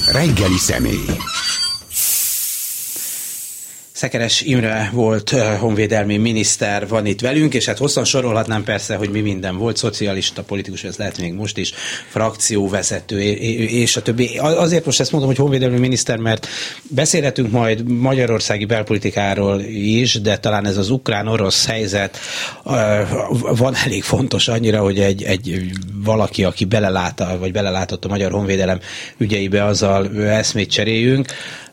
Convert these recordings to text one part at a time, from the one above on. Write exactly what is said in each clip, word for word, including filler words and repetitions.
Reggeli személy. Szekeres Imre volt honvédelmi miniszter, van itt velünk, és hát hosszan sorolhatnám persze, hogy mi minden volt, szocialista politikus, ez lehet még most is, frakcióvezető, és a többi. Azért most ezt mondom, hogy honvédelmi miniszter, mert beszélhetünk majd magyarországi belpolitikáról is, de talán ez az ukrán-orosz helyzet van elég fontos annyira, hogy egy, egy valaki, aki belelát, vagy belelátott a magyar honvédelem ügyeibe, azzal eszmét cseréljünk.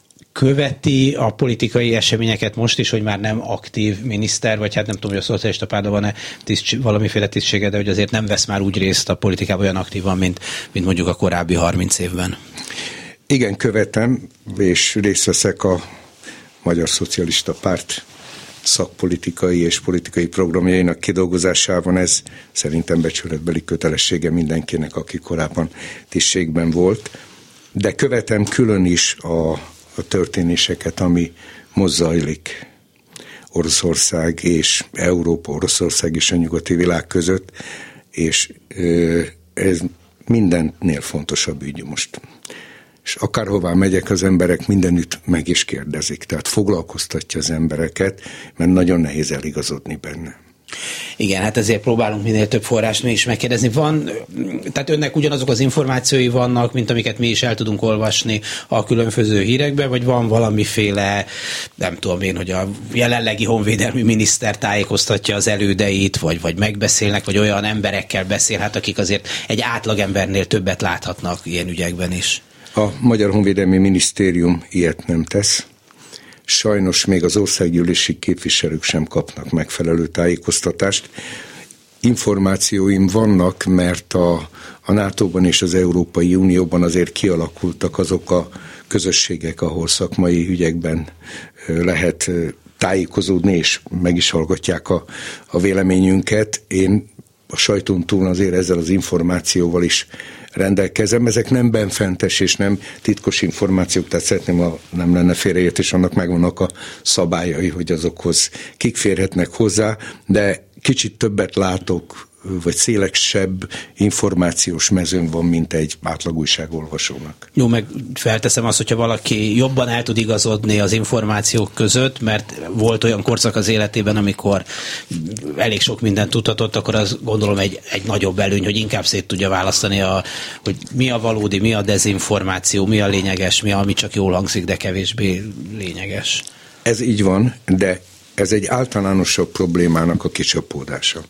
Követi a politikai eseményeket most is, hogy már nem aktív miniszter, vagy hát nem tudom, hogy a szocialista pártban van-e tiszt, valamiféle tisztsége, de hogy azért nem vesz már úgy részt a politikában olyan aktívan, mint, mint mondjuk a korábbi harminc évben. Igen, követem, és részt veszek a Magyar Szocialista Párt szakpolitikai és politikai programjainak kidolgozásában. Ez szerintem becsületbeli kötelessége mindenkinek, aki korábban tisztségben volt. De követem külön is a a történéseket, ami most zajlik Oroszország és Európa, Oroszország és a nyugati világ között, és ez mindennél fontosabb ügy most. És akárhová megyek, az emberek mindenütt meg is kérdezik, tehát foglalkoztatja az embereket, mert nagyon nehéz eligazodni benne. Igen, hát ezért próbálunk minél több forrást mi is megkérdezni. Van, tehát önnek ugyanazok az információi vannak, mint amiket mi is el tudunk olvasni a különböző hírekben, vagy van valamiféle, nem tudom én, hogy a jelenlegi honvédelmi miniszter tájékoztatja az elődeit, vagy, vagy megbeszélnek, vagy olyan emberekkel beszél, hát akik azért egy átlagembernél többet láthatnak ilyen ügyekben is. A Magyar Honvédelmi Minisztérium ilyet nem tesz. Sajnos még az országgyűlési képviselők sem kapnak megfelelő tájékoztatást. Információim vannak, mert a, a nátóban és az Európai Unióban azért kialakultak azok a közösségek, ahol szakmai ügyekben lehet tájékozódni, és meg is hallgatják a, a véleményünket. Én a sajtón túl azért ezzel az információval is rendelkezem. Ezek nem benfentes és nem titkos információk, tehát szeretném, ha nem lenne félreértés, annak megvannak a szabályai, hogy azokhoz kik férhetnek hozzá, de kicsit többet látok, vagy szélesebb információs mezőn van, mint egy átlag újságolvasónak. Jó, meg felteszem azt, hogyha valaki jobban el tud igazodni az információk között, mert volt olyan korszak az életében, amikor elég sok mindent tudhatott, akkor az gondolom egy, egy nagyobb előny, hogy inkább szét tudja választani, a, hogy mi a valódi, mi a dezinformáció, mi a lényeges, mi a, ami csak jól hangzik, de kevésbé lényeges. Ez így van, de ez egy általánosabb problémának a kicsapódása.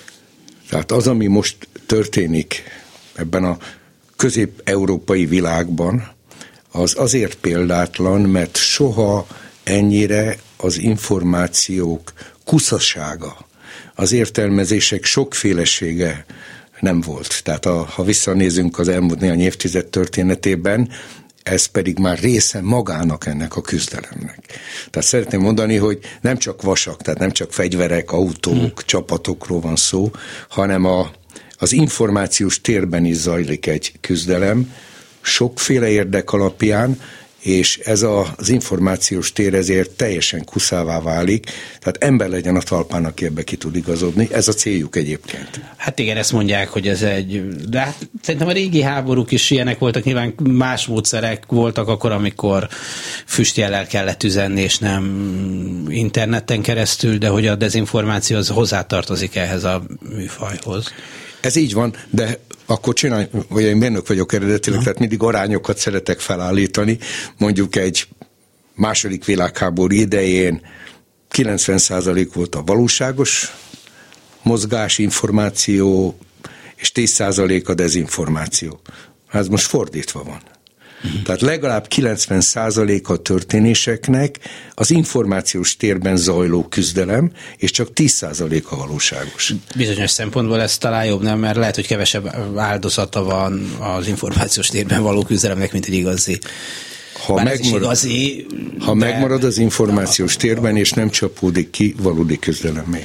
Tehát az, ami most történik ebben a közép-európai világban, az azért példátlan, mert soha ennyire az információk kuszasága, az értelmezések sokfélesége nem volt. Tehát a, ha visszanézünk az elmúlt néhány évtized történetében, ez pedig már része magának ennek a küzdelemnek. Tehát szeretném mondani, hogy nem csak vasak, tehát nem csak fegyverek, autók, hmm. csapatokról van szó, hanem a, az információs térben is zajlik egy küzdelem, sokféle érdek alapján, és ez a, az információs tér ezért teljesen kuszává válik, tehát ember legyen a talpán, aki ebbe ki tud igazodni, ez a céljuk egyébként. Hát igen, ezt mondják, hogy ez egy, de hát szerintem a régi háborúk is ilyenek voltak, nyilván más módszerek voltak akkor, amikor füstjellel kellett üzenni, és nem interneten keresztül, de hogy a dezinformáció az hozzátartozik ehhez a műfajhoz. Ez így van, de akkor csinálj, vagy én mérnök vagyok eredetileg, ha. Tehát mindig arányokat szeretek felállítani. Mondjuk egy második világháború idején kilencven százalék volt a valóságos mozgás, információ, és tíz százalék a dezinformáció. Ez most fordítva van. Uh-huh. Tehát legalább kilencven százalék a történéseknek az információs térben zajló küzdelem, és csak tíz százalék a valóságos. Bizonyos szempontból ez talán jobb, nem? Mert lehet, hogy kevesebb áldozata van az információs térben való küzdelemnek, mint egy igazi. Ha, megmarad, igazi, ha de... megmarad az információs térben, és nem csapódik ki valódi küzdelemmé.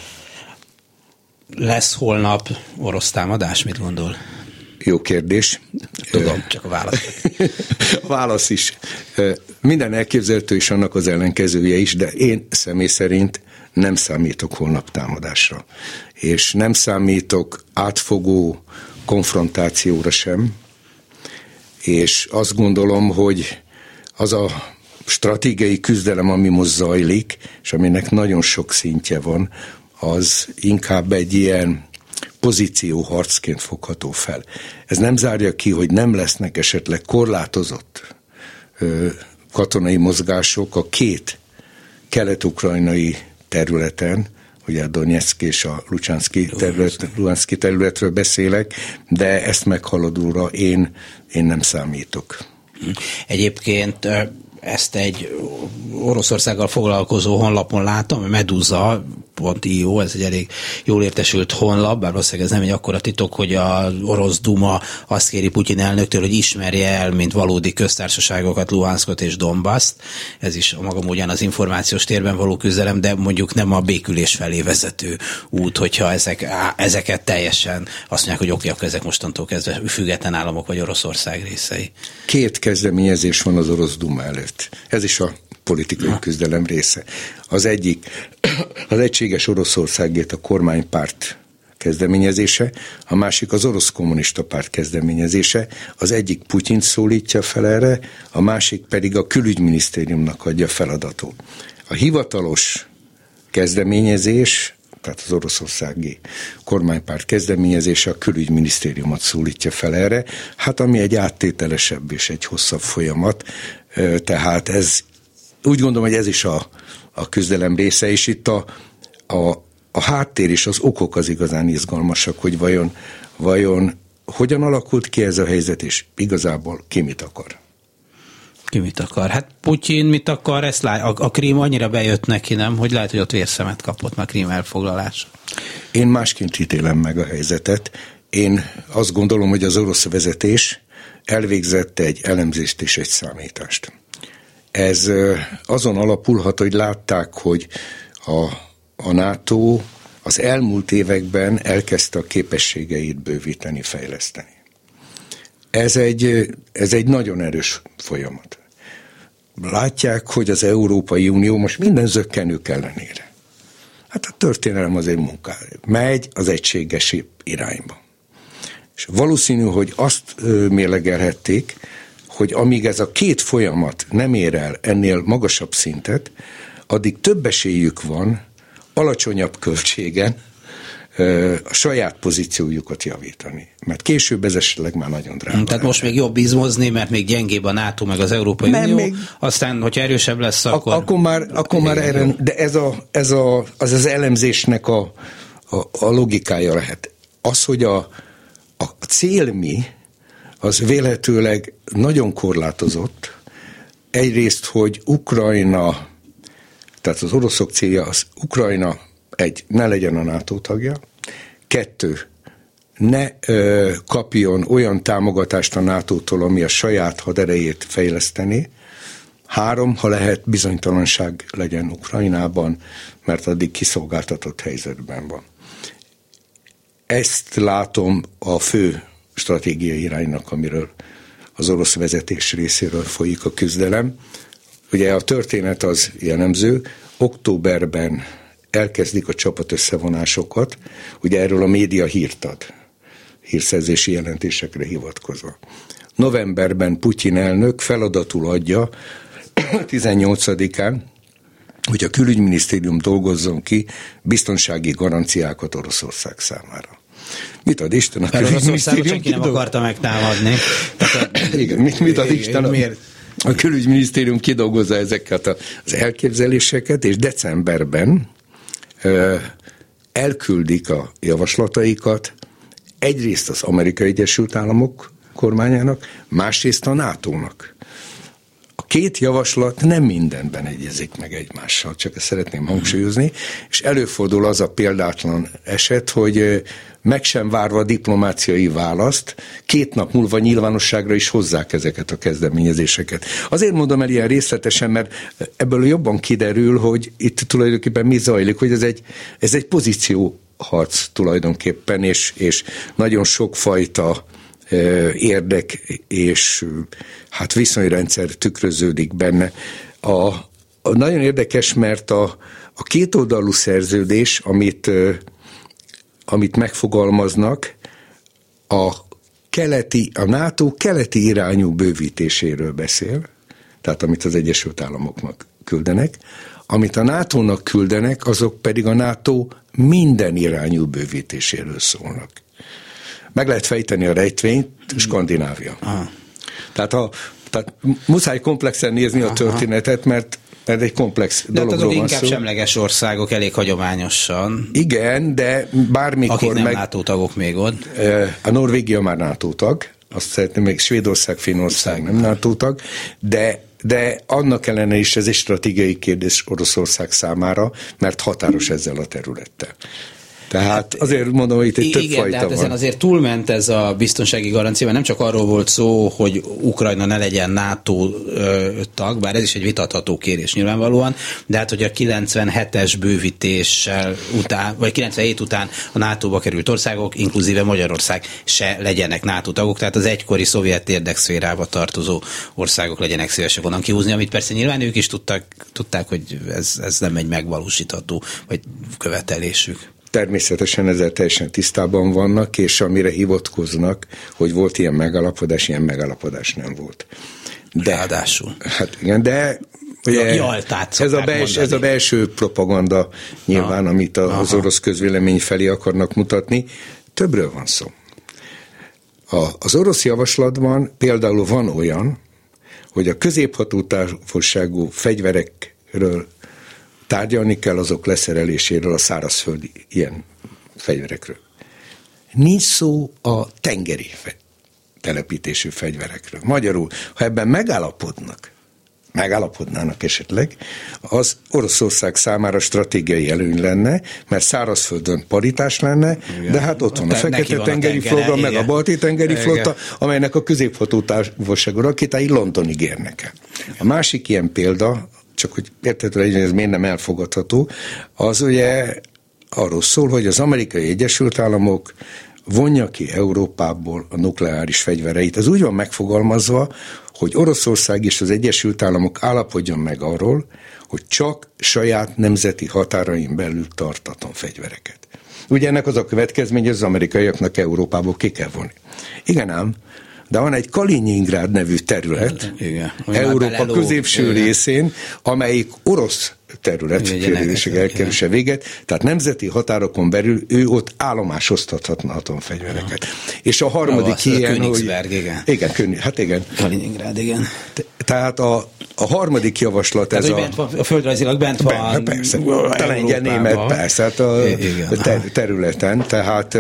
Lesz holnap orosz támadás, mit gondol? Jó kérdés. Tudom, csak a válasz. A válasz is. Minden elképzelhető, és annak az ellenkezője is, de én személy szerint nem számítok holnap támadásra. És nem számítok átfogó konfrontációra sem, és azt gondolom, hogy az a stratégiai küzdelem, ami most zajlik, és aminek nagyon sok szintje van, az inkább egy ilyen pozícióharcként fogható fel. Ez nem zárja ki, hogy nem lesznek esetleg korlátozott ö, katonai mozgások a két kelet-ukrajnai területen, ugye a Donetszk és a Luhanszki terület, Luhanszki területről beszélek, de ezt meghaladóra én, én nem számítok. Egyébként ezt egy Oroszországgal foglalkozó honlapon látom, a Meduza pont io, ez egy elég jól értesült honlap, bár valószínűleg ez nem egy akkora titok, hogy az orosz Duma azt kéri Putyin elnöktől, hogy ismerje el, mint valódi köztársaságokat Luhanszkot és Donbaszt. Ez is a maga módján az információs térben való küzdelem, de mondjuk nem a békülés felé vezető út, hogyha ezek, ezeket teljesen azt mondják, hogy oké, akkor ezek mostantól kezdve független államok vagy Oroszország részei. Két kezdeményezés van az orosz Duma előtt. Ez is a politikai ha. küzdelem része. Az egyik az egységes Oroszországért a kormánypárt kezdeményezése, a másik az orosz kommunista párt kezdeményezése. Az egyik Putyint szólítja fel erre, a másik pedig a külügyminisztériumnak adja feladatot. A hivatalos kezdeményezés, tehát az oroszországi kormánypárt kezdeményezése a külügyminisztériumot szólítja fel erre, hát ami egy áttételesebb és egy hosszabb folyamat, tehát ez, úgy gondolom, hogy ez is a, a küzdelem része, és itt a, a, a háttér és az okok az igazán izgalmasak, hogy vajon, vajon hogyan alakult ki ez a helyzet, és igazából ki mit akar. Ki mit akar? Hát Putyin mit akar, ezt lá- a, a Krím annyira bejött neki, nem, hogy lehet, hogy ott vérszemet kapott már Krím elfoglalása. Én másként ítélem meg a helyzetet. Én azt gondolom, hogy az orosz vezetés elvégzett egy elemzést és egy számítást. Ez azon alapulhat, hogy látták, hogy a, a NATO az elmúlt években elkezdte a képességeit bővíteni, fejleszteni. Ez egy, ez egy nagyon erős folyamat. Látják, hogy az Európai Unió most minden zökkenők ellenére. Hát a történelem azért munká. Megy az egységes irányba. És valószínű, hogy azt mérlegelhették, hogy amíg ez a két folyamat nem ér el ennél magasabb szintet, addig több esélyük van alacsonyabb költségen a saját pozíciójukat javítani. Mert később ez esetleg már nagyon drága. Tehát most még jobb izmozni, mert még gyengébb a NATO meg az Európai nem, Unió, még... aztán, hogyha erősebb lesz, akkor... Ak- akkor már, akkor már erre, de ez, a, ez a, az az elemzésnek a, a, a logikája lehet. Az, hogy a, a cél mi, az vélhetőleg nagyon korlátozott. Egyrészt, hogy Ukrajna, tehát az oroszok célja az Ukrajna egy, ne legyen a NATO tagja, kettő, ne ö, kapjon olyan támogatást a nátótól, ami a saját haderejét fejleszteni, három, ha lehet, bizonytalanság legyen Ukrajnában, mert addig kiszolgáltatott helyzetben van. Ezt látom a fő stratégiai iránynak, amiről az orosz vezetés részéről folyik a küzdelem. Ugye a történet az jellemző, októberben elkezdik a csapat összevonásokat, ugye erről a média hírt ad, hírszerzési jelentésekre hivatkozva. Novemberben Putyin elnök feladatul adja tizennyolcadikán, hogy a külügyminisztérium dolgozzon ki biztonsági garanciákat Oroszország számára. Mit ad Isten a külügyminisztérium? Senki nem akarta megtámadni. Igen, mit, mit ad Isten? Miért? A külügyminisztérium kidolgozza ezeket az elképzeléseket, és decemberben ö, elküldik a javaslataikat egyrészt az Amerikai Egyesült Államok kormányának, másrészt a nátónak. A két javaslat nem mindenben egyezik meg egymással, csak ezt szeretném hangsúlyozni, és előfordul az a példátlan eset, hogy meg sem várva a diplomáciai választ, két nap múlva nyilvánosságra is hozzák ezeket a kezdeményezéseket. Azért mondom el ilyen részletesen, mert ebből jobban kiderül, hogy itt tulajdonképpen mi zajlik, hogy ez egy, ez egy pozícióharc tulajdonképpen, és, és nagyon sokfajta érdek és hát viszonyrendszer tükröződik benne. A, a nagyon érdekes, mert a, a kétoldalú szerződés, amit, amit megfogalmaznak, a keleti, a NATO keleti irányú bővítéséről beszél, tehát amit az Egyesült Államoknak küldenek, amit a nátónak küldenek, azok pedig a NATO minden irányú bővítéséről szólnak. Meg lehet fejteni a rejtvényt, Skandinávia. Aha. Tehát, a, tehát muszáj komplexen nézni a történetet, mert ez egy komplex de dologról van szó. De inkább semleges országok, elég hagyományosan. Igen, de bármikor akik nem meg... NATO tagok még ott. A Norvégia már NATO tag, azt szeretném, még Svédország, Finnország nem NATO tag, de de annak ellenére is ez egy stratégiai kérdés Oroszország számára, mert határos ezzel a területtel. Tehát azért mondom, hogy itt egy több igen, fajta tehát van. ezen azért túlment ez a biztonsági garancia, mert nem csak arról volt szó, hogy Ukrajna ne legyen NATO tag, bár ez is egy vitatható kérés nyilvánvalóan, de hát, hogy a kilencvenhetes bővítéssel után, vagy kilencvenhét után a nátóba került országok, inkluzíve Magyarország se legyenek NATO tagok, tehát az egykori szovjet érdekszférába tartozó országok legyenek szívesek onnan kihúzni, amit persze nyilván ők is tudták, tudták hogy ez, ez nem egy megvalósítható, vagy követelésük. Természetesen ezzel teljesen tisztában vannak, és amire hivatkoznak, hogy volt ilyen megállapodás, ilyen megállapodás nem volt. De, Ráadásul. Hát igen, de ugye, ez, a bels, ez a belső propaganda nyilván, ah, amit a, az orosz közvélemény felé akarnak mutatni. Többről van szó. A, az orosz javaslatban például van olyan, hogy a középhatótávolságú fegyverekről tárgyalni kell, azok leszereléséről, a szárazföldi ilyen fegyverekről. Nincs szó a tengeri fe- telepítésű fegyverekről. Magyarul, ha ebben megállapodnak, megállapodnának esetleg, az Oroszország számára stratégiai előny lenne, mert szárazföldön paritás lenne, igen. De hát ott van a, a Fekete-tengeri flotta, meg a Balti-tengeri flotta, amelynek a középhatótávolságú rakétái Londonig érnek el. A másik ilyen példa, csak hogy értető legyen, ez miért nem elfogadható, az ugye arról szól, hogy az Amerikai Egyesült Államok vonja ki Európából a nukleáris fegyvereit. Ez úgy van megfogalmazva, hogy Oroszország és az Egyesült Államok állapodjon meg arról, hogy csak saját nemzeti határain belül tart atomfegyvereket. Ugye ennek az a következmény, hogy az amerikaiaknak Európából ki kell vonni. Igen ám, de van egy Kaliningrád nevű terület, igen, Európa középső igen. részén, amelyik orosz terület elkerülése véget, tehát nemzeti határokon belül ő ott állomásoztathatna atomfegyvereket. Ja. És a harmadik Jó, ilyen, hogy... igen. Igen, Könny, hát igen. Kaliningrad, igen. Tehát a, a harmadik javaslat tehát, ez a... Bent van, a földrajzilag bent van. Ben, persze, talán egy német, persze, hát a igen, ter- területen, tehát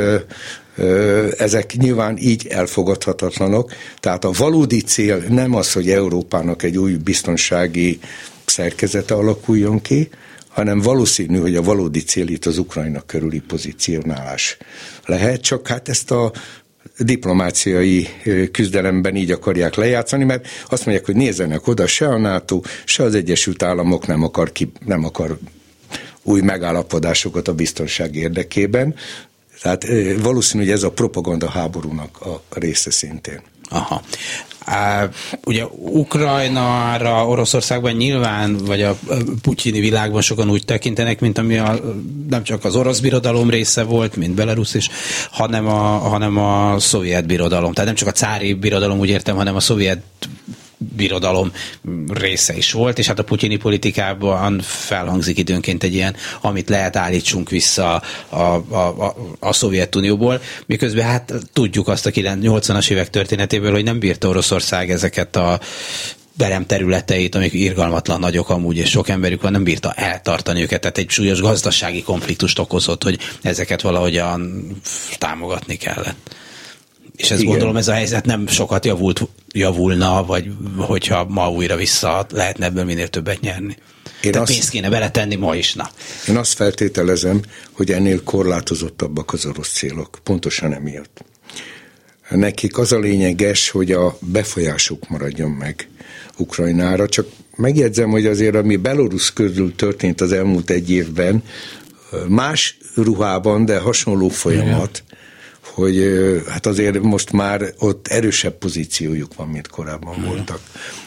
ezek nyilván így elfogadhatatlanok. Tehát a valódi cél nem az, hogy Európának egy új biztonsági szerkezete alakuljon ki, hanem valószínű, hogy a valódi cél itt az Ukrajna körüli pozícionálás lehet, csak hát ezt a diplomáciai küzdelemben így akarják lejátszani, mert azt mondják, hogy nézzenek oda, se a NATO, se az Egyesült Államok nem akar, ki, nem akar új megállapodásokat a biztonság érdekében. Tehát valószínű, hogy ez a propaganda háborúnak a része szintén. Aha. Á, ugye Ukrajnára, Oroszországban nyilván, vagy a putyini világban sokan úgy tekintenek, mint ami a, nem csak az orosz birodalom része volt, mint Belarus is, hanem a, hanem a szovjet birodalom. Tehát nem csak a cári birodalom, úgy értem, hanem a szovjet birodalom része is volt, és hát a putyini politikában felhangzik időnként egy ilyen, amit lehet állítsunk vissza a, a, a, a Szovjetunióból, miközben hát tudjuk azt a nyolcvanas évek történetéből, hogy nem bírta Oroszország ezeket a berem területeit, amik irgalmatlan nagyok amúgy, és sok emberük van, nem bírta eltartani őket, tehát egy súlyos gazdasági konfliktust okozott, hogy ezeket valahogyan támogatni kellett. És ezt gondolom, ez a helyzet nem sokat javult, javulna, vagy hogyha ma újra vissza lehetne ebből minél többet nyerni. Én Tehát azt, pénzt kéne beletenni ma is, na. Én azt feltételezem, hogy ennél korlátozottabbak az orosz célok, pontosan emiatt. Nekik az a lényeges, hogy a befolyásuk maradjon meg Ukrajnára, csak megjegyzem, hogy azért ami Belarus közül történt az elmúlt egy évben, más ruhában, de hasonló folyamat, ja. hogy hát azért most már ott erősebb pozíciójuk van, mint korábban hmm. voltak.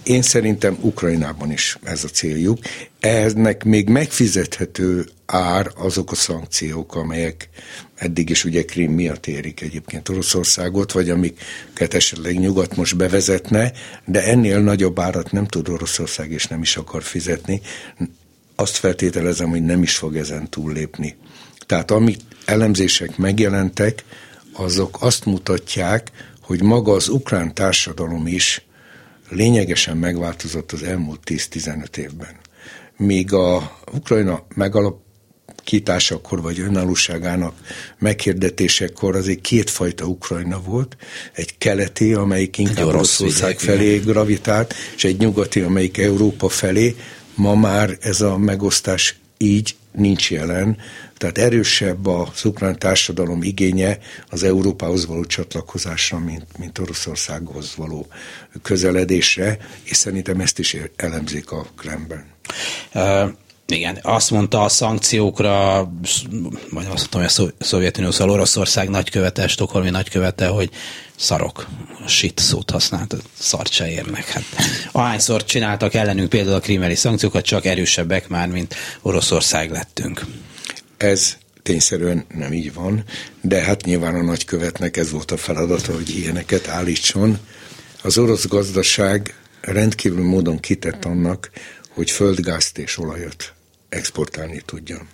Én szerintem Ukrajnában is ez a céljuk. Ehheznek még megfizethető ár azok a szankciók, amelyek eddig is ugye Krím miatt érik egyébként Oroszországot, vagy amiket esetleg nyugat most bevezetne, de ennél nagyobb árat nem tud Oroszország és nem is akar fizetni. Azt feltételezem, hogy nem is fog ezen túllépni. Tehát amit elemzések megjelentek, azok azt mutatják, hogy maga az ukrán társadalom is lényegesen megváltozott az elmúlt tíz-tizenöt évben. Míg a Ukrajna megalapításakor vagy önállóságának meghirdetésekor azért kétfajta Ukrajna volt, egy keleti, amelyik inkább Oroszország felé gravitált, és egy nyugati, amelyik Európa felé. Ma már ez a megosztás így nincs jelen, tehát erősebb az ukrán társadalom igénye az Európához való csatlakozásra, mint, mint Oroszországhoz való közeledésre, és szerintem ezt is elemzik a Kremlben. Uh, igen, azt mondta a szankciókra, majd azt mondtam, hogy a Szovjetunió, szóval Oroszország nagykövete, Stockholmi nagykövete, hogy szarok, shit szót használt, szart se érnek. Hát, ahányszor csináltak ellenünk például a krímeli szankciókat, csak erősebbek már, mint Oroszország lettünk. Ez tényszerűen nem így van, de hát nyilván a nagykövetnek ez volt a feladata, hogy ilyeneket állítson. Az orosz gazdaság rendkívül módon kitett annak, hogy földgázt és olajat exportálni tudjon.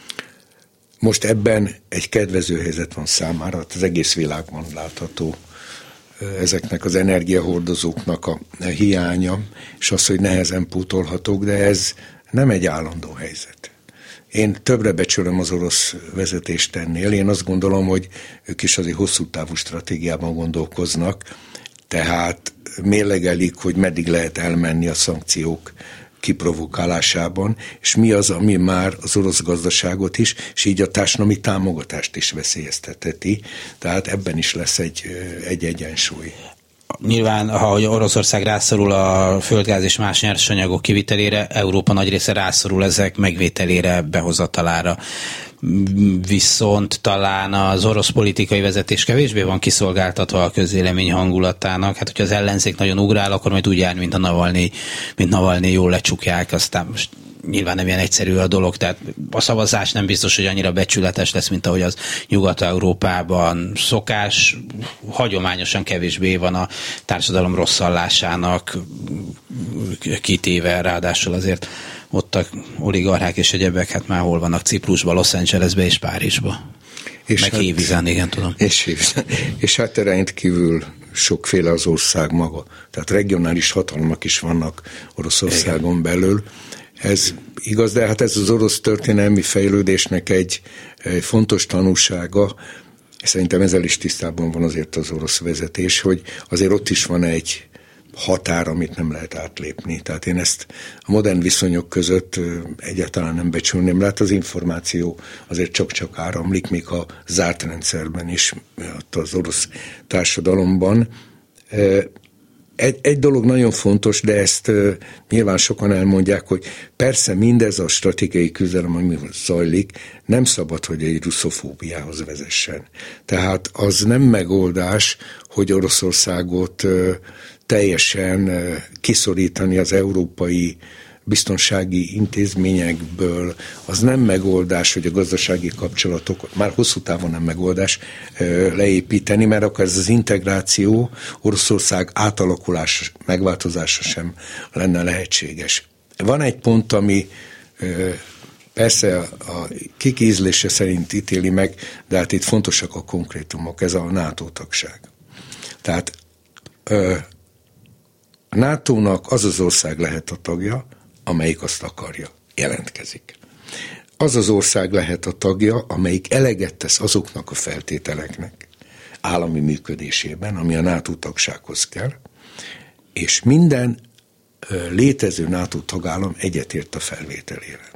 Most ebben egy kedvező helyzet van számára, az egész világban látható ezeknek az energiahordozóknak a hiánya, és az, hogy nehezen pótolhatók, de ez nem egy állandó helyzet. Én többre becsülöm az orosz vezetést ennél. Én azt gondolom, hogy ők is azért hosszú távú stratégiában gondolkoznak, tehát mérlegelik, hogy meddig lehet elmenni a szankciók kiprovokálásában, és mi az, ami már az orosz gazdaságot is, és így a társadalmi támogatást is veszélyeztetheti. Tehát ebben is lesz egy, egy egyensúly. Nyilván, ha Oroszország rászorul a földgáz és más nyersanyagok kivitelére, Európa nagy része rászorul ezek megvételére, behozatalára. Viszont talán az orosz politikai vezetés kevésbé van kiszolgáltatva a közvélemény hangulatának. Hát, hogyha az ellenzék nagyon ugrál, akkor majd úgy jár, mint a Navalnyi, mint Navalnyi jól lecsukják, aztán most nyilván nem ilyen egyszerű a dolog, tehát a szavazás nem biztos, hogy annyira becsületes lesz, mint ahogy az Nyugat-Európában szokás. Hagyományosan kevésbé van a társadalom rosszallásának kitéve, ráadásul azért ott a oligarchák és egyebek, hát már hol vannak, Ciprusba, Los Angelesbe és Párizsba. És meg hát, Hévízen, igen, tudom. És Hévízen. És hát rendkívül sokféle az ország maga. Tehát regionális hatalmak is vannak Oroszországon igen. belül. Ez igaz, de hát ez az orosz történelmi fejlődésnek egy, egy fontos tanúsága. Szerintem ezzel is tisztában van azért az orosz vezetés, hogy azért ott is van egy határ, amit nem lehet átlépni. Tehát én ezt a modern viszonyok között egyáltalán nem becsülném. Lát az információ azért csak-csak áramlik, még a zárt rendszerben is, az orosz társadalomban. Egy, egy dolog nagyon fontos, de ezt uh, nyilván sokan elmondják, hogy persze mindez a stratégiai küzdelem, ami zajlik, nem szabad, hogy egy russzofóbiához vezessen. Tehát az nem megoldás, hogy Oroszországot uh, teljesen uh, kiszorítani az európai biztonsági intézményekből, az nem megoldás, hogy a gazdasági kapcsolatok, már hosszú távon nem megoldás leépíteni, mert akkor ez az integráció, Oroszország átalakulása, megváltozása sem lenne lehetséges. Van egy pont, ami persze a kik ízlése szerint ítéli meg, de hát itt fontosak a konkrétumok, ez a NATO tagság. Tehát a nátónak az az ország lehet a tagja, amelyik azt akarja, jelentkezik. Az az ország lehet a tagja, amelyik eleget tesz azoknak a feltételeknek állami működésében, ami a NATO tagsághoz kell, és minden létező NATO tagállam egyetért a felvételére.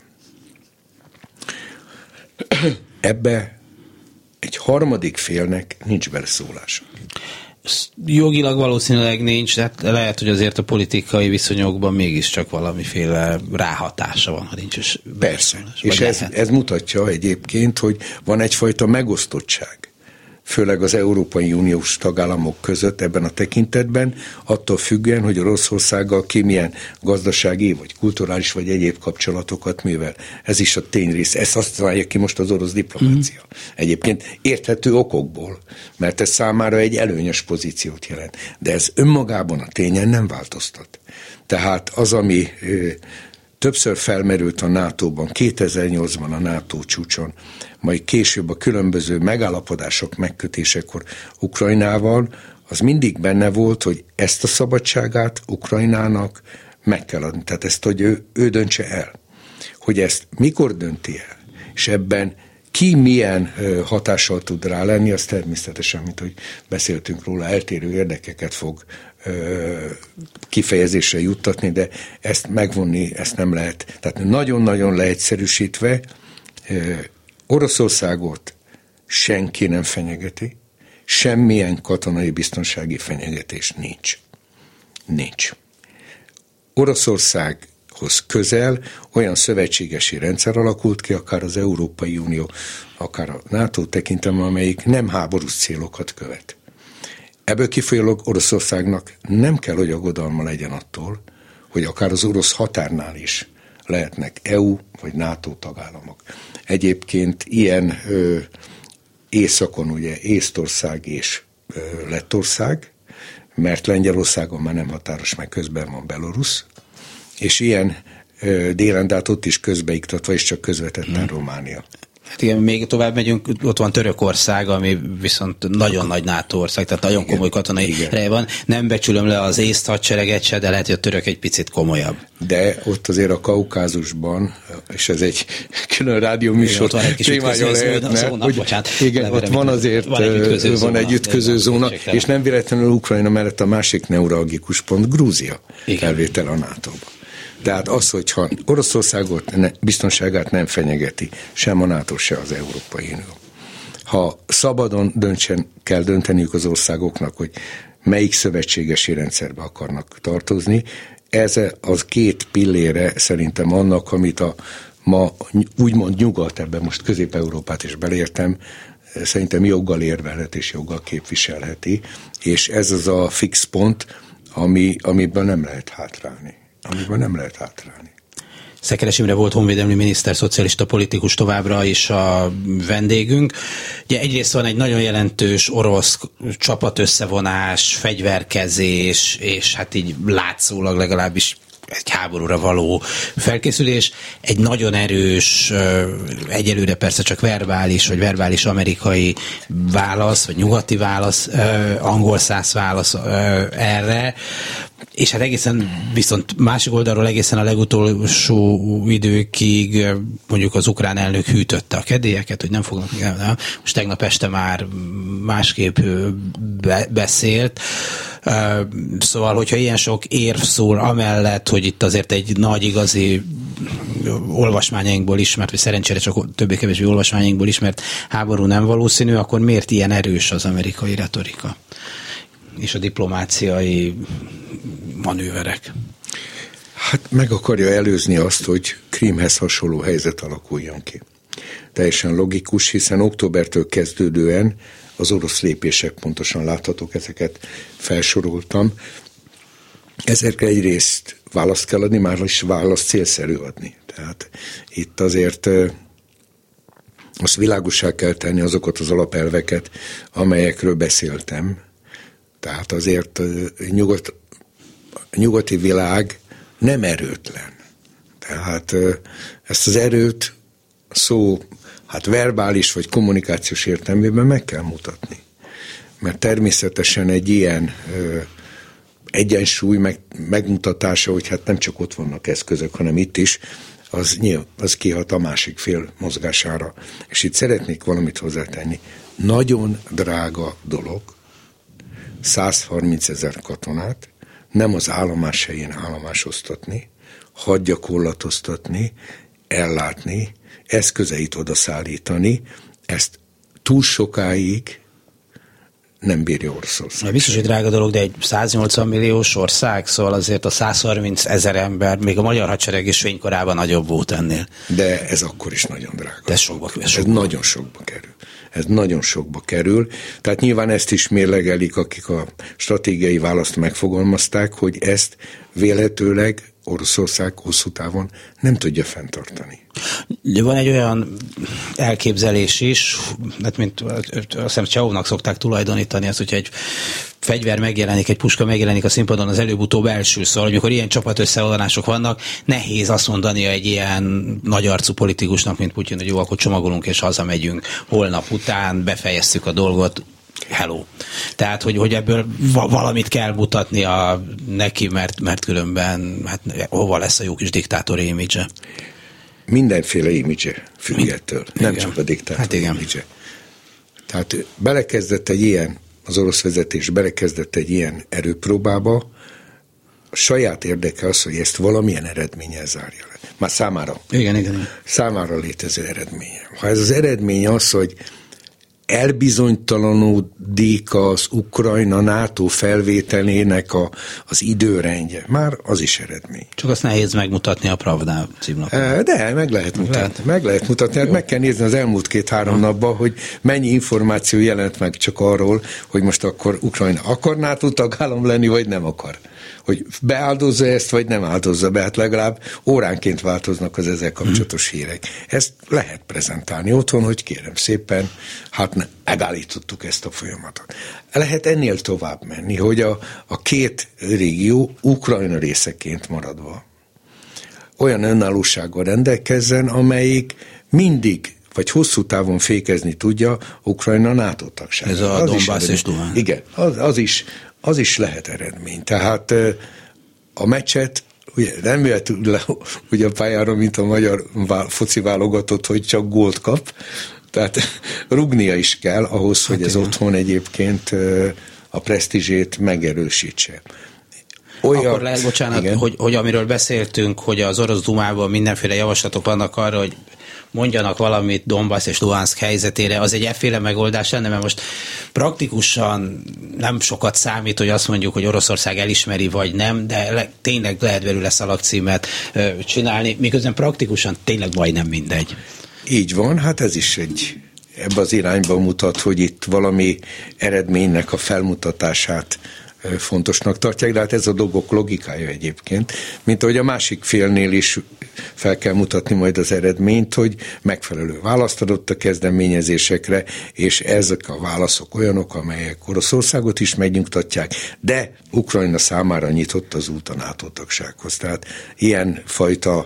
Ebbe egy harmadik félnek nincs beleszólása. Jogilag valószínűleg nincs, de lehet, hogy azért a politikai viszonyokban mégiscsak valamiféle ráhatása van, ha nincs is. Persze, és ez, ez mutatja egyébként, hogy van egyfajta megosztottság főleg az Európai Uniós tagállamok között ebben a tekintetben, attól függően, hogy Oroszországgal ki milyen gazdasági, vagy kulturális, vagy egyéb kapcsolatokat művel. Ez is a tényrész. Ezt használja ki most az orosz diplomácia. Mm. Egyébként érthető okokból, mert ez számára egy előnyös pozíciót jelent. De ez önmagában a tényen nem változtat. Tehát az, ami ö, többször felmerült a nátóban, kétezer-nyolcban a NATO csúcson, majd később a különböző megállapodások megkötésekor Ukrajnával, az mindig benne volt, hogy ezt a szabadságát Ukrajnának meg kell adni. Tehát ezt, hogy ő, ő döntse el. Hogy ezt mikor dönti el, és ebben ki milyen hatással tud rá lenni, az természetesen, mint hogy beszéltünk róla, eltérő érdekeket fog kifejezésre juttatni, de ezt megvonni, ezt nem lehet. Tehát nagyon-nagyon leegyszerűsítve, Oroszországot senki nem fenyegeti, semmilyen katonai biztonsági fenyegetés nincs. Nincs. Oroszországhoz közel olyan szövetségesi rendszer alakult ki, akár az Európai Unió, akár a NATO tekintem, amelyik nem háborús célokat követ. Ebből kifolyólag Oroszországnak nem kell, hogy aggodalma legyen attól, hogy akár az orosz határnál is lehetnek é u vagy NATO tagállamok. Egyébként ilyen ö, északon ugye Észtország és ö, Lettország, mert Lengyelországon már nem határos, meg közben van Belorusz, és ilyen ö, délen, de hát ott is közbeiktatva, és csak közvetetten hmm. Románia. Hát igen, még tovább megyünk, ott van Törökország, ami viszont nagyon nagy NATO ország, tehát nagyon igen, komoly katonai ereje van. Nem becsülöm le az észt hadsereget se, de lehet, hogy a török egy picit komolyabb. De ott azért a Kaukázusban, és ez egy külön rádióműsor ott van egy kis témája lehetne, zóna, hogy bocsánat, igen, ott van azért van egy ütköző van zóna, egy ütköző zóna és nem véletlenül Ukrajna mellett a másik neuralgikus pont Grúzia felvétel a nátóba. Tehát az, hogyha Oroszországot ne, biztonságát nem fenyegeti, sem a NATO, se az Európai Unió. Ha szabadon döntsen, kell dönteniük az országoknak, hogy melyik szövetségesi rendszerbe akarnak tartozni, ez az két pillére szerintem annak, amit a ma úgymond nyugat, ebben most Közép-Európát is belértem, szerintem joggal érvelhet és joggal képviselheti, és ez az a fix pont, ami, amiből nem lehet hátrálni. Amiben nem lehet hátrálni. Szekeres Imre volt honvédelmi miniszter, szocialista politikus továbbra is a vendégünk. Ugye egyrészt van egy nagyon jelentős orosz csapatösszevonás, fegyverkezés, és hát így látszólag legalábbis egy háborúra való felkészülés, egy nagyon erős, egyelőre persze csak verbális, vagy verbális amerikai válasz, vagy nyugati válasz, angol száz válasz erre, és hát egészen, viszont másik oldalról egészen a legutolsó időkig mondjuk az ukrán elnök hűtötte a kedélyeket, hogy nem fognak, most tegnap este már másképp beszélt. Szóval, hogyha ilyen sok érv szól amellett, hogy itt azért egy nagy igazi olvasmányainkból ismert, vagy szerencsére csak többé-kevésbé olvasmányainkból ismert háború nem valószínű, akkor miért ilyen erős az amerikai retorika és a diplomáciai manőverek? Hát meg akarja előzni azt, hogy Krímhez hasonló helyzet alakuljon ki. Teljesen logikus, hiszen októbertől kezdődően az orosz lépések pontosan láthatók, ezeket felsoroltam. Ezekre egyrészt választ kell adni, már is választ célszerű adni. Tehát itt azért azt világossá kell tenni azokat az alapelveket, amelyekről beszéltem. Tehát azért nyugat, a nyugati világ nem erőtlen. Tehát ezt az erőt szó, hát verbális vagy kommunikációs értelmében meg kell mutatni. Mert természetesen egy ilyen ö, egyensúly meg, megmutatása, hogy hát nem csak ott vannak eszközök, hanem itt is, az, nyilv, az kihat a másik fél mozgására. És itt szeretnék valamit hozzátenni. Nagyon drága dolog száz harminc ezer katonát nem az állomás helyén állomásoztatni, hadgyakorlatoztatni, ellátni, eszközeit odaszállítani, ezt túl sokáig nem bírja Oroszország. Biztos, hogy drága dolog, de egy száznyolcvan milliós ország, szóval azért a százharminc ezer ember, még a magyar hadsereg is fénykorában nagyobb volt ennél. De ez akkor is nagyon drága. De ez sokba, ez ez sokba. nagyon sokba kerül. Ez nagyon sokba kerül. Tehát nyilván ezt is mérlegelik, akik a stratégiai választ megfogalmazták, hogy ezt vélhetőleg Oroszország hosszú távon nem tudja fenntartani. Van egy olyan elképzelés is, hát mint azt hiszem Csehownak szokták tulajdonítani, az, hogyha egy fegyver megjelenik, egy puska megjelenik a színpadon, az előbb-utóbb elsül, szóval, amikor ilyen csapat összeolvadások vannak, nehéz azt mondani egy ilyen nagyarcú politikusnak, mint Putyin, hogy jó, akkor csomagolunk és hazamegyünk holnap után, befejeztük a dolgot, hello. Tehát, hogy, hogy ebből valamit kell mutatnia neki, mert, mert különben hát, hova lesz a jó kis diktátor imidzse? Mindenféle imidzse függ ettől, nem csak a diktátor hát imidzse. Tehát belekezdett egy ilyen, az orosz vezetés belekezdett egy ilyen erőpróbába, a saját érdeke az, hogy ezt valamilyen eredménnyel zárja le. Már számára. Igen, igen, igen. Számára létező eredménye. Ha ez az eredmény az, hogy elbizonytalanodik az Ukrajna NATO felvételének a, az időrendje. Már az is eredmény. Csak azt nehéz megmutatni a Pravda címlapon. De, meg lehet mutatni. Lehet. Meg lehet mutatni. Hát meg kell nézni az elmúlt két-három napban, hogy mennyi információ jelent meg csak arról, hogy most akkor Ukrajna akar NATO tagállam lenni, vagy nem akar. Hogy beáldozza ezt, vagy nem áldozza be, hát legalább óránként változnak az ezzel kapcsolatos hírek. Ezt lehet prezentálni otthon, hogy kérem szépen, hát ne, megállítottuk ezt a folyamatot. Lehet ennél tovább menni, hogy a, a két régió Ukrajna részeként maradva olyan önállósággal rendelkezzen, amelyik mindig vagy hosszú távon fékezni tudja Ukrajna NATO tagságát. Ez a Donbass és Luhansk. Igen, az, az is az is lehet eredmény. Tehát a meccset ugye nem jöhet le ugye a pályára, mint a magyar foci válogatott, hogy csak gólt kap. Tehát rugnia is kell ahhoz, hogy hát ez igen. Otthon egyébként a presztízsét megerősítse. Olyan, Akkor lehet, bocsánat, hogy, hogy amiről beszéltünk, hogy az orosz dumában mindenféle javaslatok vannak arra, hogy mondjanak valamit Donbass és Luhansk helyzetére, az egy efféle megoldás lenne, mert most praktikusan nem sokat számít, hogy azt mondjuk, hogy Oroszország elismeri, vagy nem, de le, tényleg lehet belőle szalagcímet ö, csinálni, miközben praktikusan tényleg majdnem mindegy. Így van, hát ez is egy ebbe az irányba mutat, hogy itt valami eredménynek a felmutatását fontosnak tartják, de hát ez a dolgok logikája egyébként, mint ahogy a másik félnél is fel kell mutatni majd az eredményt, hogy megfelelő választ adott a kezdeményezésekre, és ezek a válaszok olyanok, amelyek Oroszországot is megnyugtatják, de Ukrajna számára nyitott az út a NATO tagsághoz. Tehát ilyen fajta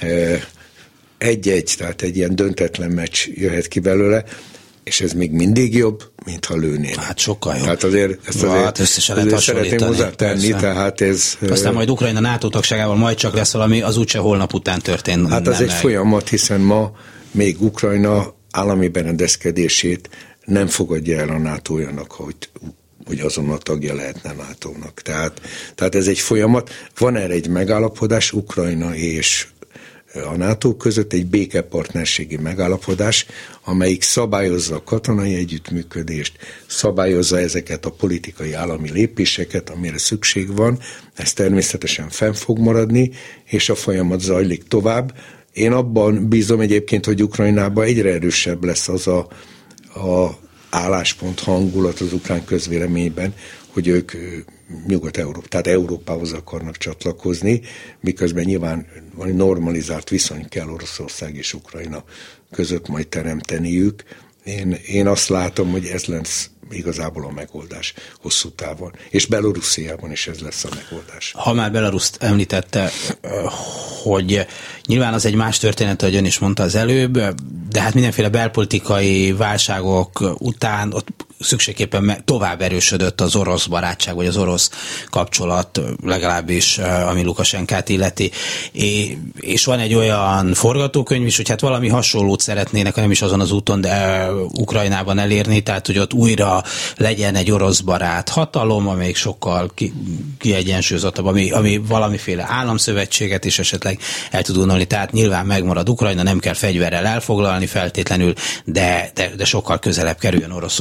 egy-egy, tehát egy ilyen döntetlen meccs jöhet ki belőle, és ez még mindig jobb, mint ha lőnél. Hát sokkal jobb. Tehát azért ezt azért, hát azért szeretném hozzátenni, tehát ez... Aztán majd Ukrajna NATO tagságával majd csak lesz valami, az úgyse holnap után történt. Hát az egy folyamat, hiszen ma még Ukrajna állami berendezkedését nem fogadja el a NATO olyannak, hogy hogy azonnal tagja lehetne nátónak. Tehát, tehát ez egy folyamat. Van erre egy megállapodás Ukrajna és a NATO között, egy békepartnerségi megállapodás, amelyik szabályozza a katonai együttműködést, szabályozza ezeket a politikai állami lépéseket, amire szükség van, ez természetesen fenn fog maradni, és a folyamat zajlik tovább. Én abban bízom egyébként, hogy Ukrajnában egyre erősebb lesz az a, a álláspont, hangulat az ukrán közvéleményben, hogy ők Nyugat-Európa, tehát Európához akarnak csatlakozni, miközben nyilván valami normalizált viszony kell Oroszország és Ukrajna között majd teremteniük. Én, én azt látom, hogy ez lesz igazából a megoldás hosszú távon. És Belorussziában is ez lesz a megoldás. Ha már Belaruszt említette, hogy nyilván az egy más történet, ahogy ön is mondta az előbb, de hát mindenféle belpolitikai válságok után ott szükségképpen tovább erősödött az orosz barátság, vagy az orosz kapcsolat, legalábbis ami Lukasenkát illeti. És van egy olyan forgatókönyv is, hogy hát valami hasonlót szeretnének, nem is azon az úton, de Ukrajnában elérni, tehát hogy ott újra legyen egy orosz barát hatalom, amelyik sokkal ki, kiegyensúlyozottabb, ami, ami valamiféle államszövetséget is esetleg el tud unalni. Tehát nyilván megmarad Ukrajna, nem kell fegyverrel elfoglalni feltétlenül, de, de, de sokkal közelebb kerüljön Oroszországhoz.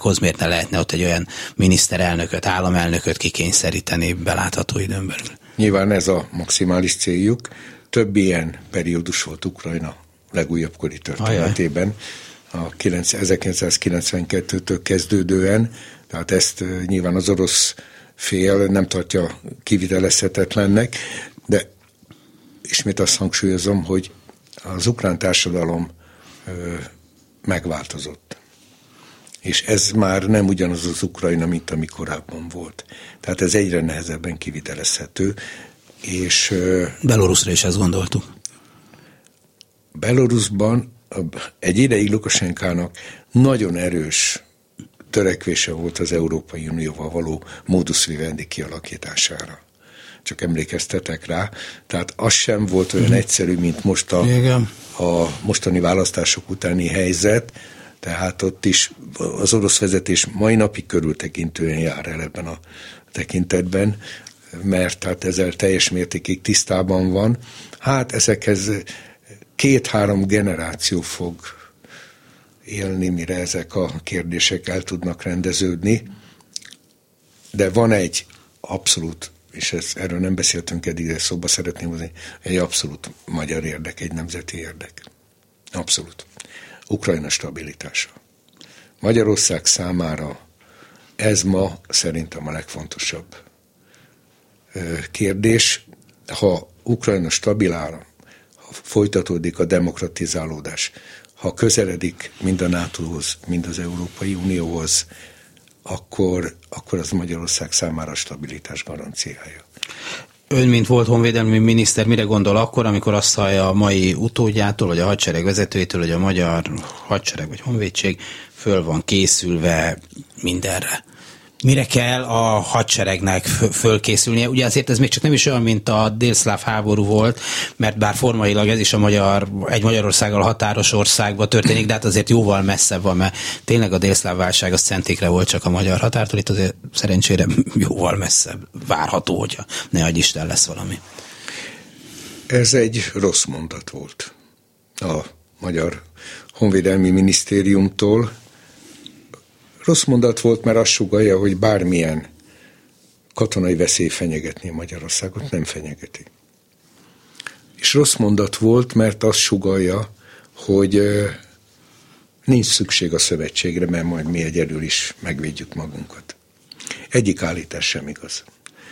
országhoz, miért ne lehetne ott egy olyan miniszterelnököt, államelnököt kikényszeríteni belátható időn belül? Nyilván ez a maximális céljuk. Több ilyen periódus volt Ukrajna legújabb kori történetében, a ezerkilencszázkilencvenkettőtől kezdődően, tehát ezt nyilván az orosz fél nem tartja kivitelezhetetlennek, de ismét azt hangsúlyozom, hogy az ukrán társadalom ö, megváltozott. És ez már nem ugyanaz az Ukrajna, mint ami korábban volt. Tehát ez egyre nehezebben kivitelezhető. És ö, Beloruszra is ezt gondoltuk. Beloruszban egy ideig Lukasenkának nagyon erős törekvése volt az Európai Unióval való modus vivendi kialakítására. Csak emlékeztetek rá. Tehát az sem volt olyan egyszerű, mint most a, a mostani választások utáni helyzet. Tehát ott is az orosz vezetés mai napig körültekintően jár el ebben a tekintetben, mert hát ezzel teljes mértékig tisztában van. Hát ezekhez két-három generáció fog élni, mire ezek a kérdések el tudnak rendeződni, de van egy abszolút, és ez, erről nem beszéltünk eddig, de szóba szeretném hozni, egy abszolút magyar érdek, egy nemzeti érdek. Abszolút. Ukrajna stabilitása. Magyarország számára ez ma szerintem a legfontosabb kérdés. Ha Ukrajna stabilára, ha folytatódik a demokratizálódás, ha közeledik mind a nátóhoz, mind az Európai Unióhoz, akkor, akkor az Magyarország számára stabilitás garanciája. Ön, mint volt honvédelmi miniszter, mire gondol akkor, amikor azt hallja a mai utódjától, vagy a hadsereg vezetőjétől, hogy a magyar hadsereg vagy honvédség föl van készülve mindenre? Mire kell a hadseregnek fölkészülnie? Ugye azért ez még csak nem is olyan, mint a délszláv háború volt, mert bár formailag ez is a magyar, egy Magyarországgal határos országban történik, de hát azért jóval messzebb van, mert tényleg a délszláv válság az centékre volt csak a magyar határtól, itt azért szerencsére jóval messzebb várható, hogyha ne adj Isten lesz valami. Ez egy rossz mondat volt a Magyar Honvédelmi Minisztériumtól. Rossz mondat volt, mert azt sugallja, hogy bármilyen katonai veszély fenyegetni Magyarországot, nem fenyegeti. És rossz mondat volt, mert azt sugallja, hogy nincs szükség a szövetségre, mert majd mi egyedül is megvédjük magunkat. Egyik állítás sem igaz.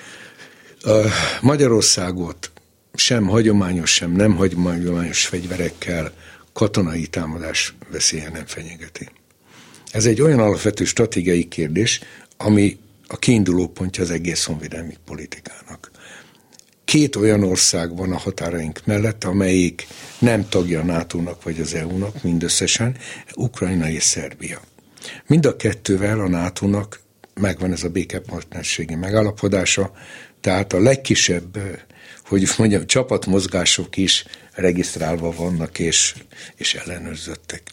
Magyarországot sem hagyományos, sem nem hagyományos fegyverekkel katonai támadás veszélye nem fenyegeti. Ez egy olyan alapvető stratégiai kérdés, ami a kiinduló pontja az egész honvédelmi politikának. Két olyan ország van a határaink mellett, amelyik nem tagja a nátónak vagy az é u-nak mindösszesen, Ukrajna és Szerbia. Mind a kettővel a nátónak megvan ez a békepartnerségi megállapodása, tehát a legkisebb, hogy mondjam, csapatmozgások is regisztrálva vannak és, és ellenőrzöttek.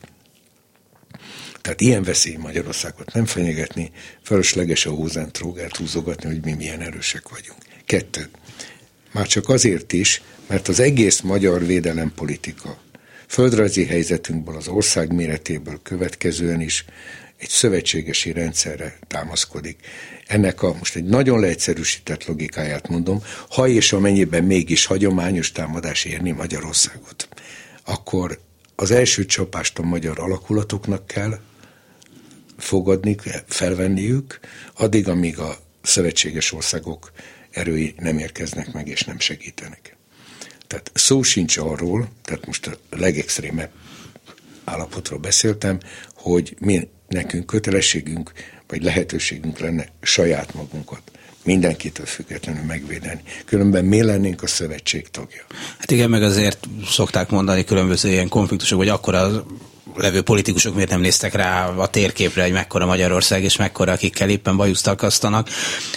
Tehát ilyen veszély Magyarországot nem fenyegetni, felesleges a hózentrógert húzogatni, hogy mi milyen erősek vagyunk. Kettő. Már csak azért is, mert az egész magyar védelempolitika földrajzi helyzetünkből, az ország méretéből következően is egy szövetségesi rendszerre támaszkodik. Ennek a, most egy nagyon leegyszerűsített logikáját mondom, ha és amennyiben mégis hagyományos támadás érni Magyarországot, akkor az első csapást a magyar alakulatoknak kell fogadni, felvenniük, addig, amíg a szövetséges országok erői nem érkeznek meg és nem segítenek. Tehát szó sincs arról, tehát most a legextrémebb állapotról beszéltem, hogy mi nekünk kötelességünk, vagy lehetőségünk lenne saját magunkat mindenkitől függetlenül megvédeni. Különben mi lennénk a szövetség tagja. Hát igen, meg azért szokták mondani különböző ilyen konfliktusok, hogy akkora levő politikusok miért nem néztek rá a térképre, hogy mekkora Magyarország, és mekkora, akikkel éppen bajuszt akasztanak.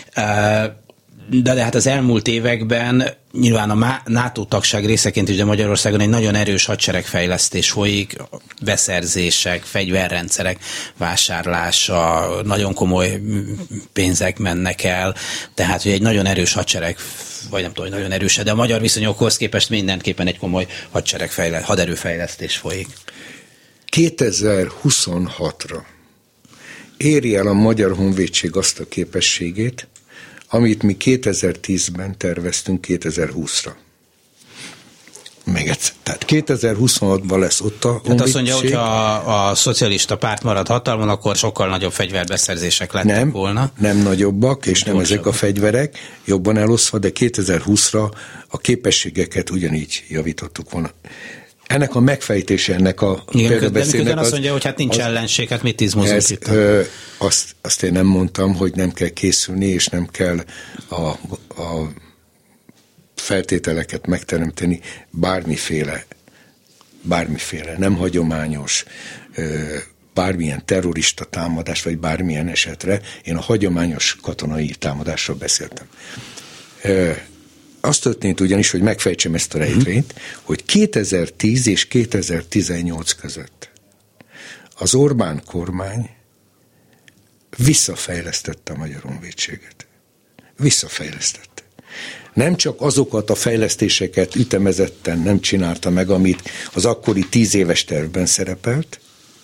De, de hát az elmúlt években nyilván a NATO tagság részeként is, de Magyarországon egy nagyon erős hadseregfejlesztés folyik, beszerzések, fegyverrendszerek vásárlása, nagyon komoly pénzek mennek el, tehát hogy egy nagyon erős hadsereg, vagy nem tudom, hogy nagyon erős, de a magyar viszonyokhoz képest mindenképpen egy komoly hadseregfejlesztés, haderőfejlesztés folyik. kétezer-huszonhatra éri el a Magyar Honvédség azt a képességét, amit mi kétezer-tízben terveztünk kétezer-húszra. Még egyszer. Tehát kétezer-huszonhatban lesz ott a honvédség. Tehát azt mondja, hogyha a, a szocialista párt marad hatalmon, akkor sokkal nagyobb fegyverbeszerzések lettek nem, volna. Nem nagyobbak, és nem ezek a fegyverek, jobban elosztva, de kétezer-húszra a képességeket ugyanígy javítottuk volna. Ennek a megfejtése, ennek a példabeszédnek az... azt mondja, hogy hát nincs az, ellenség, hát mit izmozunk ez, itt? Ö, azt, azt én nem mondtam, hogy nem kell készülni, és nem kell a, a feltételeket megteremteni bármiféle, bármiféle, nem hagyományos, bármilyen terrorista támadás, vagy bármilyen esetre. Én a hagyományos katonai támadásról beszéltem. Az történt ugyanis, hogy megfejtsem ezt a rejtvényt, hogy kétezer-tíz és kétezer-tizennyolc között az Orbán kormány visszafejlesztette a Magyar Honvédséget. Visszafejlesztette. Nem csak azokat a fejlesztéseket ütemezetten nem csinálta meg, amit az akkori tíz éves tervben szerepelt,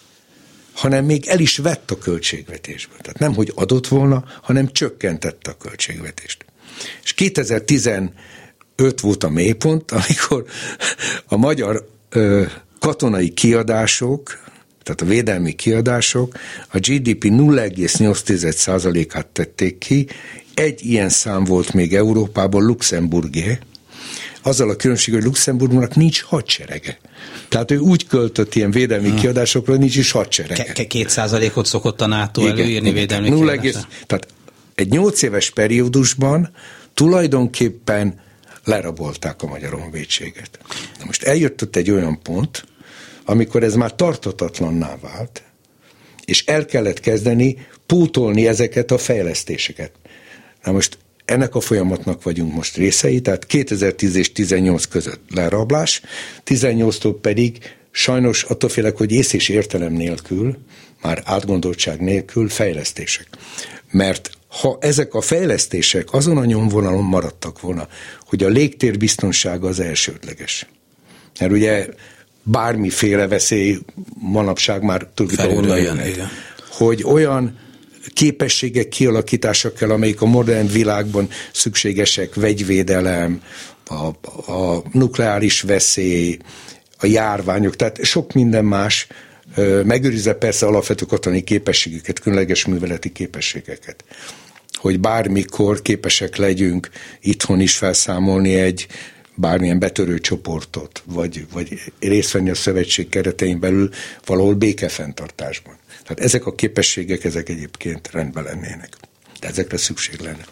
hanem még el is vett a költségvetésből. Tehát nem, hogy adott volna, hanem csökkentette a költségvetést. És kétezer-tizenöt volt a mélypont, amikor a magyar ö, katonai kiadások, tehát a védelmi kiadások a gé dé pé nulla egész nyolc százalékát tették ki. Egy ilyen szám volt még Európában, Luxemburgé, azzal a különbség, hogy Luxemburgnak nincs hadserege. Tehát ő úgy költött ilyen védelmi hmm. kiadásokra, nincs is hadserege. Két százalékot szokott a NATO igen, előírni igen, védelmi kiadásra. Tehát egy nyolc éves periódusban tulajdonképpen lerabolták a Magyar Honvédséget. Na most eljött ott egy olyan pont, amikor ez már tarthatatlanná vált, és el kellett kezdeni pótolni ezeket a fejlesztéseket. Na most ennek a folyamatnak vagyunk most részei, tehát kétezer-tíz és tizennyolc között lerablás, tizennyolctól pedig sajnos attól félek, hogy ész és értelem nélkül, már átgondoltság nélkül fejlesztések. Mert ha ezek a fejlesztések azon a nyomvonalon maradtak volna, hogy a légtér biztonsága az elsődleges. Mert ugye bármiféle veszély manapság már tudjuk, hogy olyan képességek kialakítása kell, amelyik a modern világban szükségesek, vegyvédelem, a, a nukleáris veszély, a járványok, tehát sok minden más, megőrizve persze alapvető katonai képességeket, különleges műveleti képességeket. Hogy bármikor képesek legyünk itthon is felszámolni egy bármilyen betörő csoportot, vagy, vagy részt venni a szövetség keretein belül valahol békefenntartásban. Tehát ezek a képességek, ezek egyébként rendben lennének. De ezekre szükség lenne.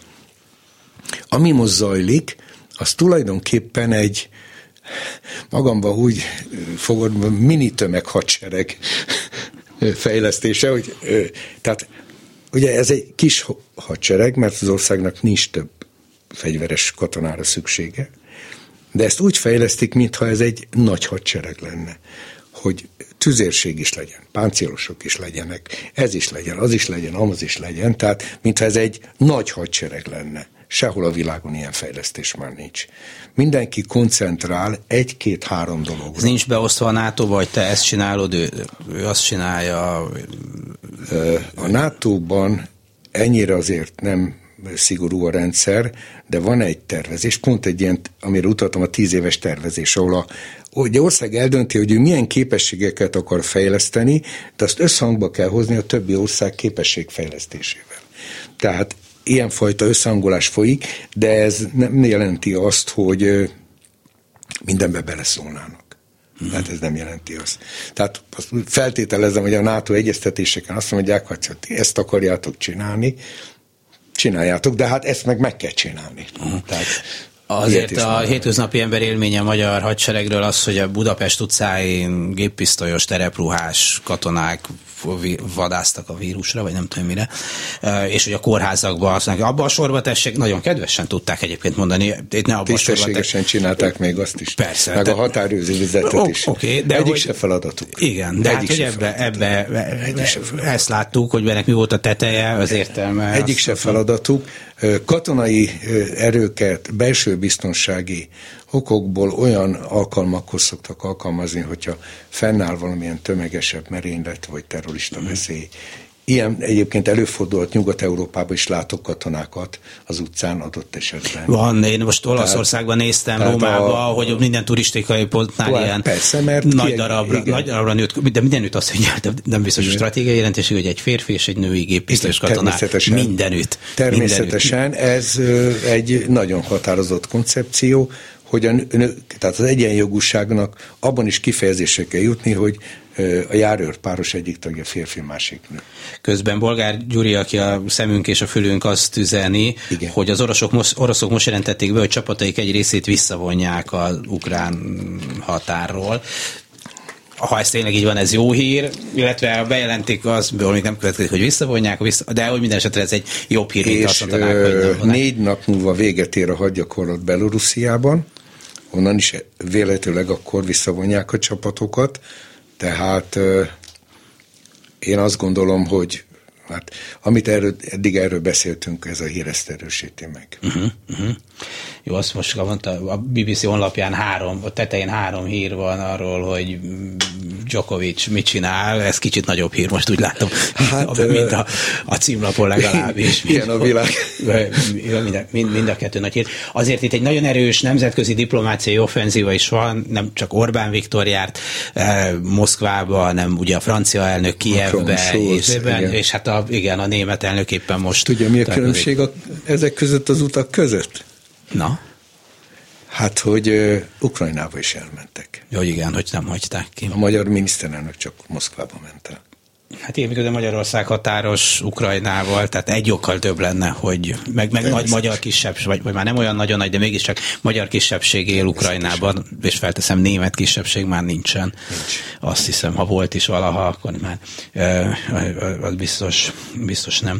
Ami most zajlik, az tulajdonképpen egy magamban úgy fogod, mini tömeghadsereg fejlesztése, hogy tehát ugye ez egy kis hadsereg, mert az országnak nincs több fegyveres katonára szüksége, de ezt úgy fejlesztik, mintha ez egy nagy hadsereg lenne, hogy tüzérség is legyen, páncélosok is legyenek, ez is legyen, az is legyen, amaz is legyen, tehát mintha ez egy nagy hadsereg lenne. Sehol a világon ilyen fejlesztés már nincs. Mindenki koncentrál egy-két-három dologra. Ez nincs beosztva a NATO, vagy te ezt csinálod, ő, ő azt csinálja? A nátóban ennyire azért nem szigorú a rendszer, de van egy tervezés, pont egy ilyen, amire utaltam, a tíz éves tervezés, ahol a hogy ország eldönti, hogy ő milyen képességeket akar fejleszteni, de azt összhangba kell hozni a többi ország képességfejlesztésével. Tehát ilyenfajta összehangolás folyik, de ez nem jelenti azt, hogy mindenbe beleszólnának. Hmm. Tehát ez nem jelenti azt. Tehát azt feltételezem, hogy a NATO egyeztetéseken azt mondják, hogy ezt akarjátok csinálni, csináljátok, de hát ezt meg meg kell csinálni. Hmm. Tehát azért a hétköznapi ember élménye a magyar hadseregről az, hogy a Budapest utcáin géppisztolyos, terepruhás katonák vadáztak a vírusra, vagy nem tudom mire, és hogy a kórházakban azt mondják, abba a sorba tessék, nagyon kedvesen tudták egyébként mondani. Tisztességesen csinálták még azt is. Persze. Meg te... a határőrző vezetet is. Okay, de Egyik hogy... se feladatuk. Igen, de Egyik hát, hogy ebbe, ebbe ezt láttuk, hogy ennek mi volt a teteje, az értelme. Egyik se feladatuk. Katonai erőket, belső biztonsági okokból olyan alkalmakhoz szoktak alkalmazni, hogyha fennáll valamilyen tömegesebb merénylet vagy terrorista veszély, Ilyen egyébként előfordulhat, Nyugat-Európában is látok katonákat az utcán adott esetben. Van, én most Olaszországban tehát, néztem, Rómában, a, hogy minden turistikai pontnál tovább, ilyen persze, mert nagy ki, darabra, nagy darabra nőtt, de mindenütt azt mondja, nem biztos a stratégiai jelentőség, hogy egy férfi és egy női géppisztolyos katonák mindenütt. Természetesen mindenütt. Ez egy nagyon határozott koncepció, hogy a nő, tehát az egyenjogúságnak abban is kifejezésre kell jutni, hogy a járőr páros egyik tagja férfi, másik nő. Közben Bolgár Gyuri, aki a szemünk és a fülünk azt üzeni, igen, hogy az oroszok most, oroszok most jelentették be, hogy csapataik egy részét visszavonják az ukrán határról. Ha ez tényleg így van, ez jó hír, illetve bejelentik az, még nem következik, hogy visszavonják, de hogy minden esetre ez egy jobb hír, mint azt mondanák, hogy nem vonák. Négy nap múlva véget ér a hadgyakorlat Belorussziában, onnan is véletőleg akkor visszavonják a csapatokat, tehát én azt gondolom, hogy hát, amit erről, eddig erről beszéltünk, ez a hír ezt erősíti meg. Uh-huh, uh-huh. Jó, azt most mondta, a bé bé cé honlapján három, a tetején három hír van arról, hogy Djokovic mit csinál, ez kicsit nagyobb hír, most úgy látom, hát, mint a, a címlapon legalábbis. Ilyen a világ. Mind, mind, mind a kettő nagy hír. Azért itt egy nagyon erős nemzetközi diplomáciai offenzíva is van, nem csak Orbán Viktor járt eh, Moszkvába, hanem ugye a francia elnök Kijevbe, és, és hát a, igen, a német elnök éppen most. Tudja, mi a különbség a, ezek között az utak között? Na? Hát, hogy uh, Ukrajnába is elmentek. Jó, igen, hogy nem hagyták ki. A magyar miniszterelnök csak Moszkvába ment el. Hát igen, miközben Magyarország határos Ukrajnával, tehát egy okkal több lenne, hogy meg, meg nagy magyar kisebbség, vagy, vagy már nem olyan nagyon nagy, de mégiscsak magyar kisebbség él Ukrajnában, és felteszem, német kisebbség már nincsen. Nincs. Azt hiszem, ha volt is valaha, akkor már uh, az biztos, biztos nem.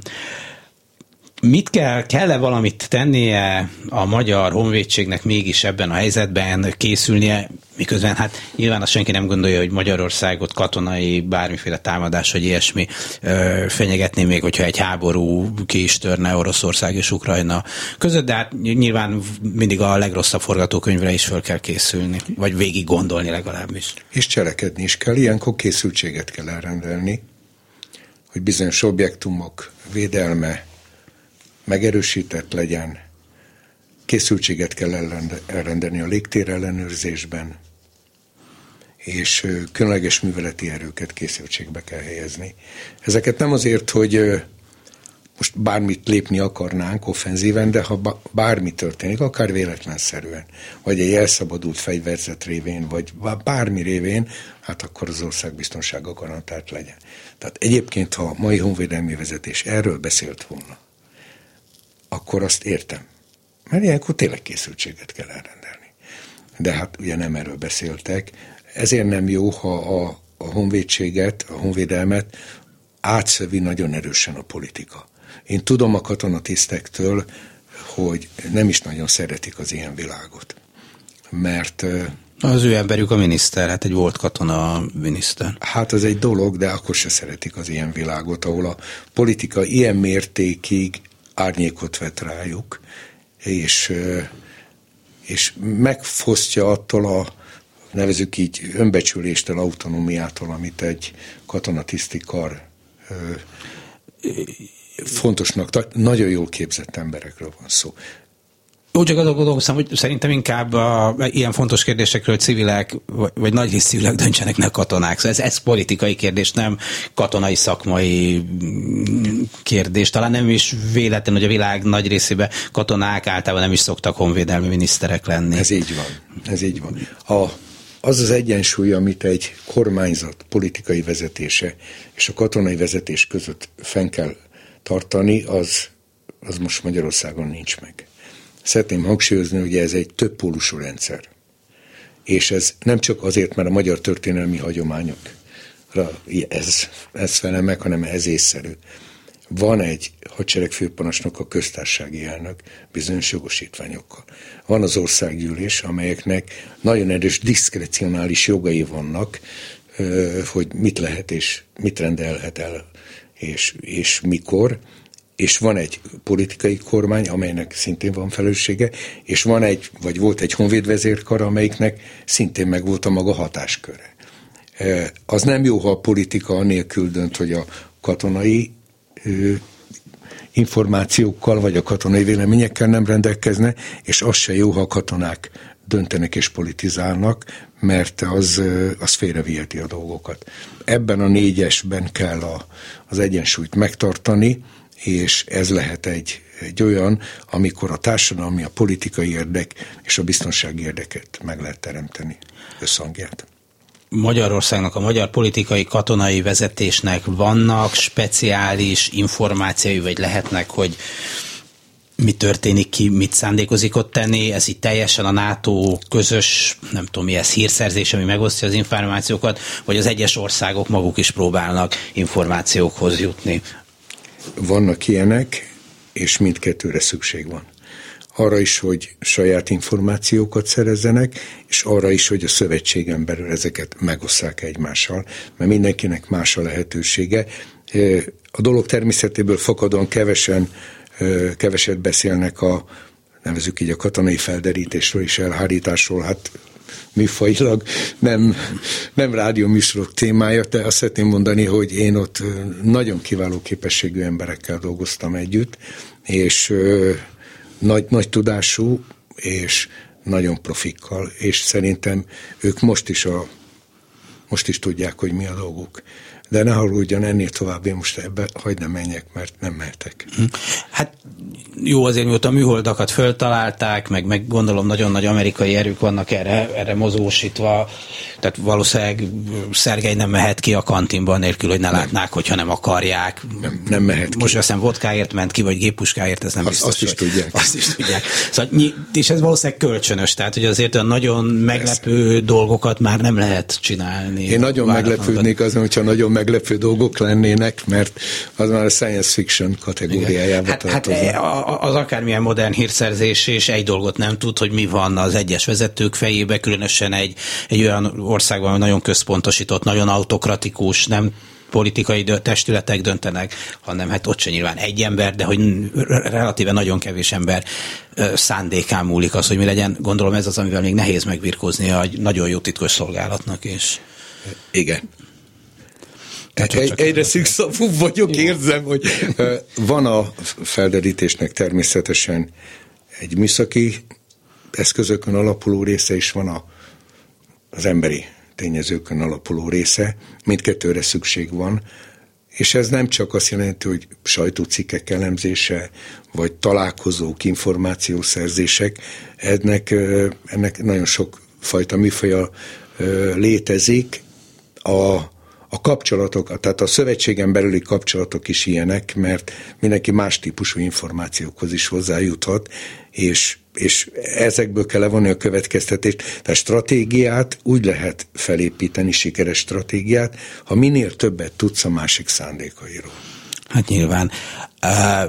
Mit kell, kell-e valamit tennie a magyar honvédségnek mégis ebben a helyzetben, készülnie, miközben hát nyilván azt senki nem gondolja, hogy Magyarországot katonai bármiféle támadás, vagy ilyesmi ö, fenyegetné még, hogyha egy háború ki is törne Oroszország és Ukrajna között, de hát nyilván mindig a legrosszabb forgatókönyvre is föl kell készülni, vagy végig gondolni legalábbis. És cselekedni is kell, ilyenkor készültséget kell elrendelni, hogy bizonyos objektumok védelme megerősített legyen, készültséget kell elrendelni a légtér ellenőrzésben, és különleges műveleti erőket készültségbe kell helyezni. Ezeket nem azért, hogy most bármit lépni akarnánk offenzíven, de ha bármi történik, akár véletlenszerűen, vagy egy elszabadult fegyverzet révén, vagy bármi révén, hát akkor az ország biztonsága garantált legyen. Tehát egyébként, ha a mai honvédelmi vezetés erről beszélt volna, akkor azt értem. Mert ilyenkor tényleg készültséget kell elrendelni. De hát ugye nem erről beszéltek. Ezért nem jó, ha a, a honvédséget, a honvédelmet átszövi nagyon erősen a politika. Én tudom a katonatisztektől, hogy nem is nagyon szeretik az ilyen világot. Mert... Az ő emberük a miniszter, hát egy volt katona a miniszter. Hát az egy dolog, de akkor se szeretik az ilyen világot, ahol a politika ilyen mértékig árnyékot vet rájuk, és, és megfosztja attól a, nevezzük így, önbecsüléstől, autonómiától, amit egy katonatiszti kar fontosnak, nagyon jól képzett emberekről van szó. Úgy csak azok gondolkoztam, hogy szerintem inkább a, ilyen fontos kérdésekről civilek, vagy, vagy nagy rész civilek döntsenek, ne katonák. Szóval ez, ez politikai kérdés, nem katonai, szakmai kérdés. Talán nem is véletlen, hogy a világ nagy részében katonák általában nem is szoktak honvédelmi miniszterek lenni. Ez így van. Ez így van. A, az az egyensúly, amit egy kormányzat politikai vezetése és a katonai vezetés között fenn kell tartani, az, az most Magyarországon nincs meg. Szeretném hangsúlyozni, hogy ez egy többpólusú rendszer. És ez nem csak azért, mert a magyar történelmi hagyományokra ez, ez felel meg, hanem ez észszerű. Van egy hadseregfőparancsnok, a köztársasági elnök bizonyos jogosítványokkal. Van az országgyűlés, amelyeknek nagyon erős diszkrecionális jogai vannak, hogy mit lehet és mit rendelhet el, és, és mikor. És van egy politikai kormány, amelynek szintén van felelőssége, és van egy, vagy volt egy honvédvezérkar, amelyiknek szintén megvolt a maga hatásköre. Az nem jó, ha a politika anélkül dönt, hogy a katonai ö, információkkal, vagy a katonai véleményekkel nem rendelkezne, és az se jó, ha a katonák döntenek és politizálnak, mert az, az félreviheti a dolgokat. Ebben a négyesben kell a, az egyensúlyt megtartani, és ez lehet egy, egy olyan, amikor a társadalmi, a politikai érdek és a biztonsági érdeket meg lehet teremteni összhangját. Magyarországnak, a magyar politikai katonai vezetésnek vannak speciális információi, vagy lehetnek, hogy mi történik ki, mit szándékozik ott tenni, ez így teljesen a NATO közös, nem tudom mi ez, hírszerzés, ami megosztja az információkat, vagy az egyes országok maguk is próbálnak információkhoz jutni? Vannak ilyenek, és mindkettőre szükség van. Arra is, hogy saját információkat szerezzenek, és arra is, hogy a szövetségen belül ezeket megosszák egymással, mert mindenkinek más a lehetősége. A dolog természetéből fakadóan kevesen, keveset beszélnek a, nevezzük így, a katonai felderítésről és elhárításról, hát műfajilag nem, nem rádióműsorok témája, de azt szeretném mondani, hogy én ott nagyon kiváló képességű emberekkel dolgoztam együtt, és Nagy, nagy tudású, és nagyon profikkal, és szerintem ők most is, a, most is tudják, hogy mi a dolguk. De ne haragudjon, ennél tovább én most ebbe hagyd ne menjek, mert nem mehetek. Hát jó, azért mióta a műholdakat föltalálták, meg, meg gondolom nagyon nagy amerikai erők vannak erre, erre mozósítva, tehát valószínűleg Szergej nem mehet ki a kantinban nélkül, hogy ne nem. látnák, hogyha nem akarják. Nem, nem mehet ki. Most azt hiszem vodkáért ment ki, vagy géppuskáért, ez nem azt, biztos. Azt is tudják. Azt is tudják. Szóval, és ez valószínűleg kölcsönös, tehát hogy azért a nagyon meglepő Persze. dolgokat már nem lehet csinálni. Én nagyon meglepődnék azon, hogyha nagyon meglepő dolgok lennének, mert az már a science fiction kategóriájába hát, tartozna. Hát az akármilyen modern hírszerzés és egy dolgot nem tud, hogy mi van az egyes vezetők fejébe, különösen egy, egy olyan országban, ami nagyon központosított, nagyon autokratikus, nem politikai testületek döntenek, hanem hát ott sem nyilván egy ember, de hogy relatíve nagyon kevés ember szándékán múlik az, hogy mi legyen. Gondolom ez az, amivel még nehéz megbirkózni a nagyon jó titkos szolgálatnak is. Igen. Egy, egyre szűkszavú vagyok, jó. Érzem, hogy van a felderítésnek természetesen egy műszaki eszközökön alapuló része, és van a, az emberi tényezőkön alapuló része. Mindkettőre szükség van, és ez nem csak azt jelenti, hogy sajtócikkek elemzése, vagy találkozók, információszerzések, ennek, ennek nagyon sok fajta műfaja létezik. A A kapcsolatok, tehát a szövetségen belüli kapcsolatok is ilyenek, mert mindenki más típusú információkhoz is hozzájuthat, és, és ezekből kell levonni a következtetést. Tehát stratégiát úgy lehet felépíteni, sikeres stratégiát, ha minél többet tudsz a másik szándékairól. Hát nyilván. Uh...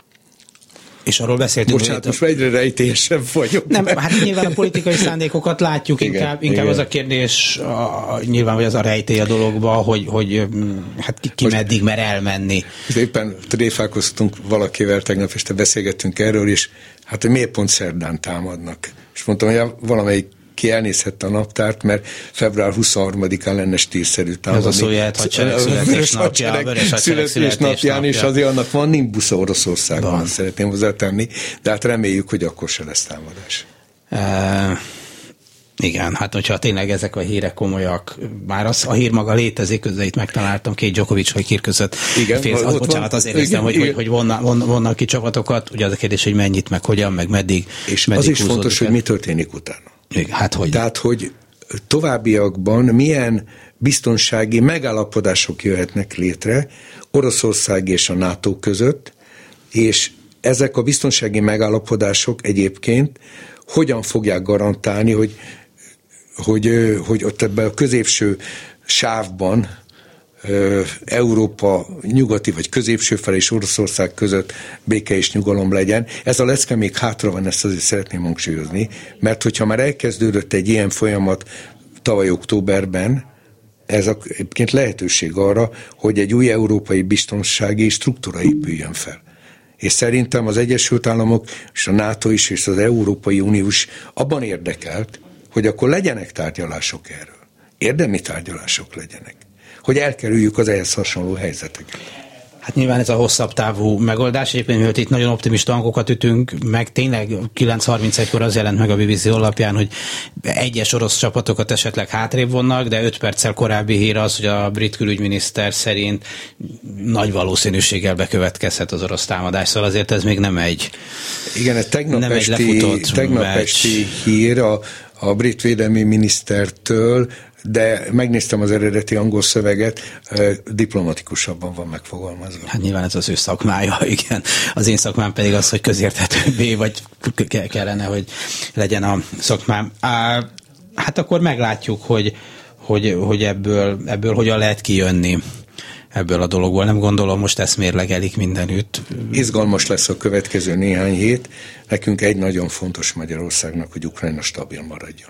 És arról beszéltünk. Bocsánat, most egyre rejtélyesen vagyok. Nem, hát nyilván a politikai szándékokat látjuk, igen, inkább, inkább az a kérdés, a, nyilván, hogy az a rejtély a dologba, hogy, hogy hát ki, ki meddig mer elmenni. Éppen tréfálkoztunk valakivel tegnap, és te beszélgettünk erről is, hát hogy miért pont szerdán támadnak. És mondtam, hogy valamelyik ki elnézhette a naptárt, mert február huszonharmadikán lenne stílszerű támadni. Ez a szovjet hadsereg születésnapja, a vörös hadsereg születésnapján, és azért annak van nimbusza Oroszországban, van. Szeretném hozzátenni, de hát reméljük, hogy akkor se lesz támadás. Uh, igen, hát hogyha tényleg ezek a hírek komolyak, már az, a hír maga létezik, közben itt megtaláltam két Djokovic, hogy hír között. Igen, fél, az, bocsánat, azért néztem, hogy, hogy, hogy vonnak, vonnak ki csapatokat, ugye az a kérdés, hogy mennyit, meg hogyan, meg meddig. És meddig az is fontos, el. hogy mi történik utána. Hát hogy? Tehát, hogy továbbiakban milyen biztonsági megállapodások jöhetnek létre Oroszország és a NATO között, és ezek a biztonsági megállapodások egyébként hogyan fogják garantálni, hogy, hogy, hogy ott ebben a középső sávban Európa nyugati vagy középső fel és Oroszország között béke és nyugalom legyen. Ez a lecke még hátra van, ezt azért szeretném hangsúlyozni, mert hogyha már elkezdődött egy ilyen folyamat tavaly októberben, ez a, egyébként lehetőség arra, hogy egy új európai biztonsági struktúra épüljön fel. És szerintem az Egyesült Államok és a NATO is és az Európai Unió is abban érdekelt, hogy akkor legyenek tárgyalások erről. Érdemi tárgyalások legyenek. hogy elkerüljük az ehhez hasonló helyzeteket. Hát nyilván ez a hosszabb távú megoldás. Egyébként, mivel itt nagyon optimista hangokat ütünk, meg tényleg kilenc harmincegykor az jelent meg a bé bé cé honlapján, hogy egyes orosz csapatokat esetleg hátrébb vonnak, de öt perccel korábbi hír az, hogy a brit külügyminiszter szerint nagy valószínűséggel bekövetkezhet az orosz támadás, szóval azért ez még nem egy Igen, ez tegnap esti, tegnap esti hír a, a brit védelmi minisztertől, de megnéztem az eredeti angol szöveget, diplomatikusabban van megfogalmazva. Hát nyilván ez az ő szakmája, igen. Az én szakmám pedig az, hogy közérthetőbbé, vagy kellene, hogy legyen a szakmám. Hát akkor meglátjuk, hogy, hogy, hogy ebből, ebből hogyan lehet kijönni ebből a dologból. Nem gondolom, most ezt mérlegelik mindenütt. Izgalmas lesz a következő néhány hét. Nekünk egy nagyon fontos Magyarországnak, hogy Ukrajna stabil maradjon.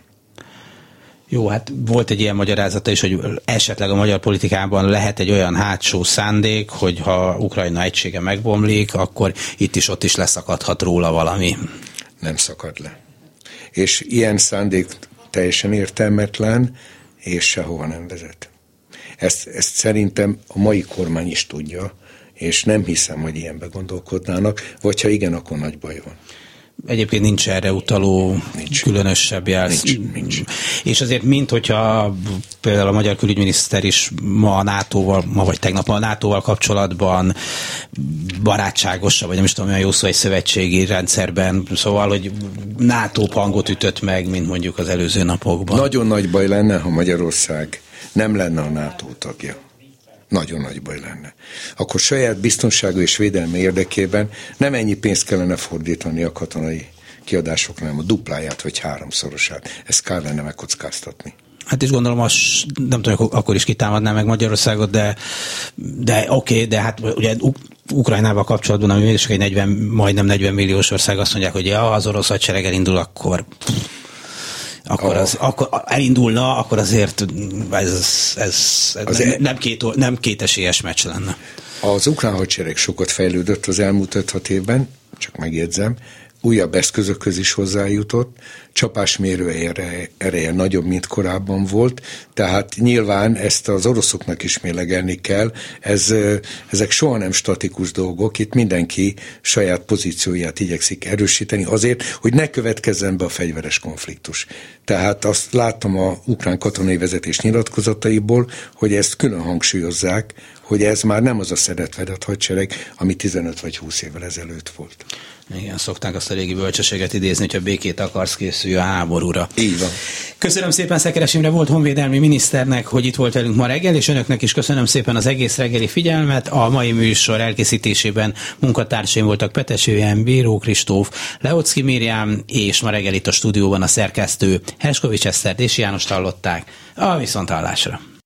Jó, hát volt egy ilyen magyarázata is, hogy esetleg a magyar politikában lehet egy olyan hátsó szándék, hogy ha Ukrajna egysége megbomlik, akkor itt is ott is leszakadhat róla valami. Nem szakad le. És ilyen szándék teljesen értelmetlen, és sehova nem vezet. Ezt, ezt szerintem a mai kormány is tudja, és nem hiszem, hogy ilyenbe gondolkodnának, vagy ha igen, akkor nagy baj van. Egyébként nincs erre utaló nincs. különösebb jelsz. Nincs, nincs. És azért, mint hogyha például a magyar külügyminiszter is ma a nátóval, ma vagy tegnap a nátóval kapcsolatban barátságosabb, vagy nem is tudom, olyan jó szó egy szövetségi rendszerben, szóval, hogy NATO hangot ütött meg, mint mondjuk az előző napokban. Nagyon nagy baj lenne, ha Magyarország nem lenne a NATO tagja. Nagyon nagy baj lenne. Akkor saját biztonsága és védelme érdekében nem ennyi pénzt kellene fordítani a katonai kiadásokra, hanem a dupláját vagy háromszorosát. Ezt kár lenne megkockáztatni. Hát is gondolom, az, nem tudom, akkor is kitámadná meg Magyarországot, de, de oké, okay, de hát ugye Ukrajnával kapcsolatban, ami mégis egy negyven, majdnem negyven milliós ország, azt mondják, hogy ja, az orosz hadsereg elindul, akkor... Akkor, az, akkor elindulna, akkor azért ez, ez, ez nem, nem, két, nem kétesélyes meccs lenne. Az ukrán hadsereg sokat fejlődött az elmúlt öt-hat évben, csak megjegyzem, újabb eszközökhöz is hozzájutott, csapásmérő ereje, ereje nagyobb, mint korábban volt, tehát nyilván ezt az oroszoknak is mérlegelni kell, ez, ezek soha nem statikus dolgok, itt mindenki saját pozícióját igyekszik erősíteni azért, hogy ne következzen be a fegyveres konfliktus. Tehát azt láttam a ukrán katonai vezetés nyilatkozataiból, hogy ezt külön hangsúlyozzák, hogy ez már nem az a szedett-vedett hadsereg, ami tizenöt vagy húsz évvel ezelőtt volt. Igen, szokták azt a régi bölcsességet idézni, hogyha békét akarsz, készülj a háborúra. Így van. Köszönöm szépen Szekeres Imre volt honvédelmi miniszternek, hogy itt volt velünk ma reggel, és önöknek is köszönöm szépen az egész reggeli figyelmet. A mai műsor elkészítésében munkatársaim voltak Peteső Jen, Bíró Kristóf, Leocki Mirjám, és ma reggel itt a stúdióban a szerkesztő Herskovics Eszter és Jánost hallották. A viszonthallásra.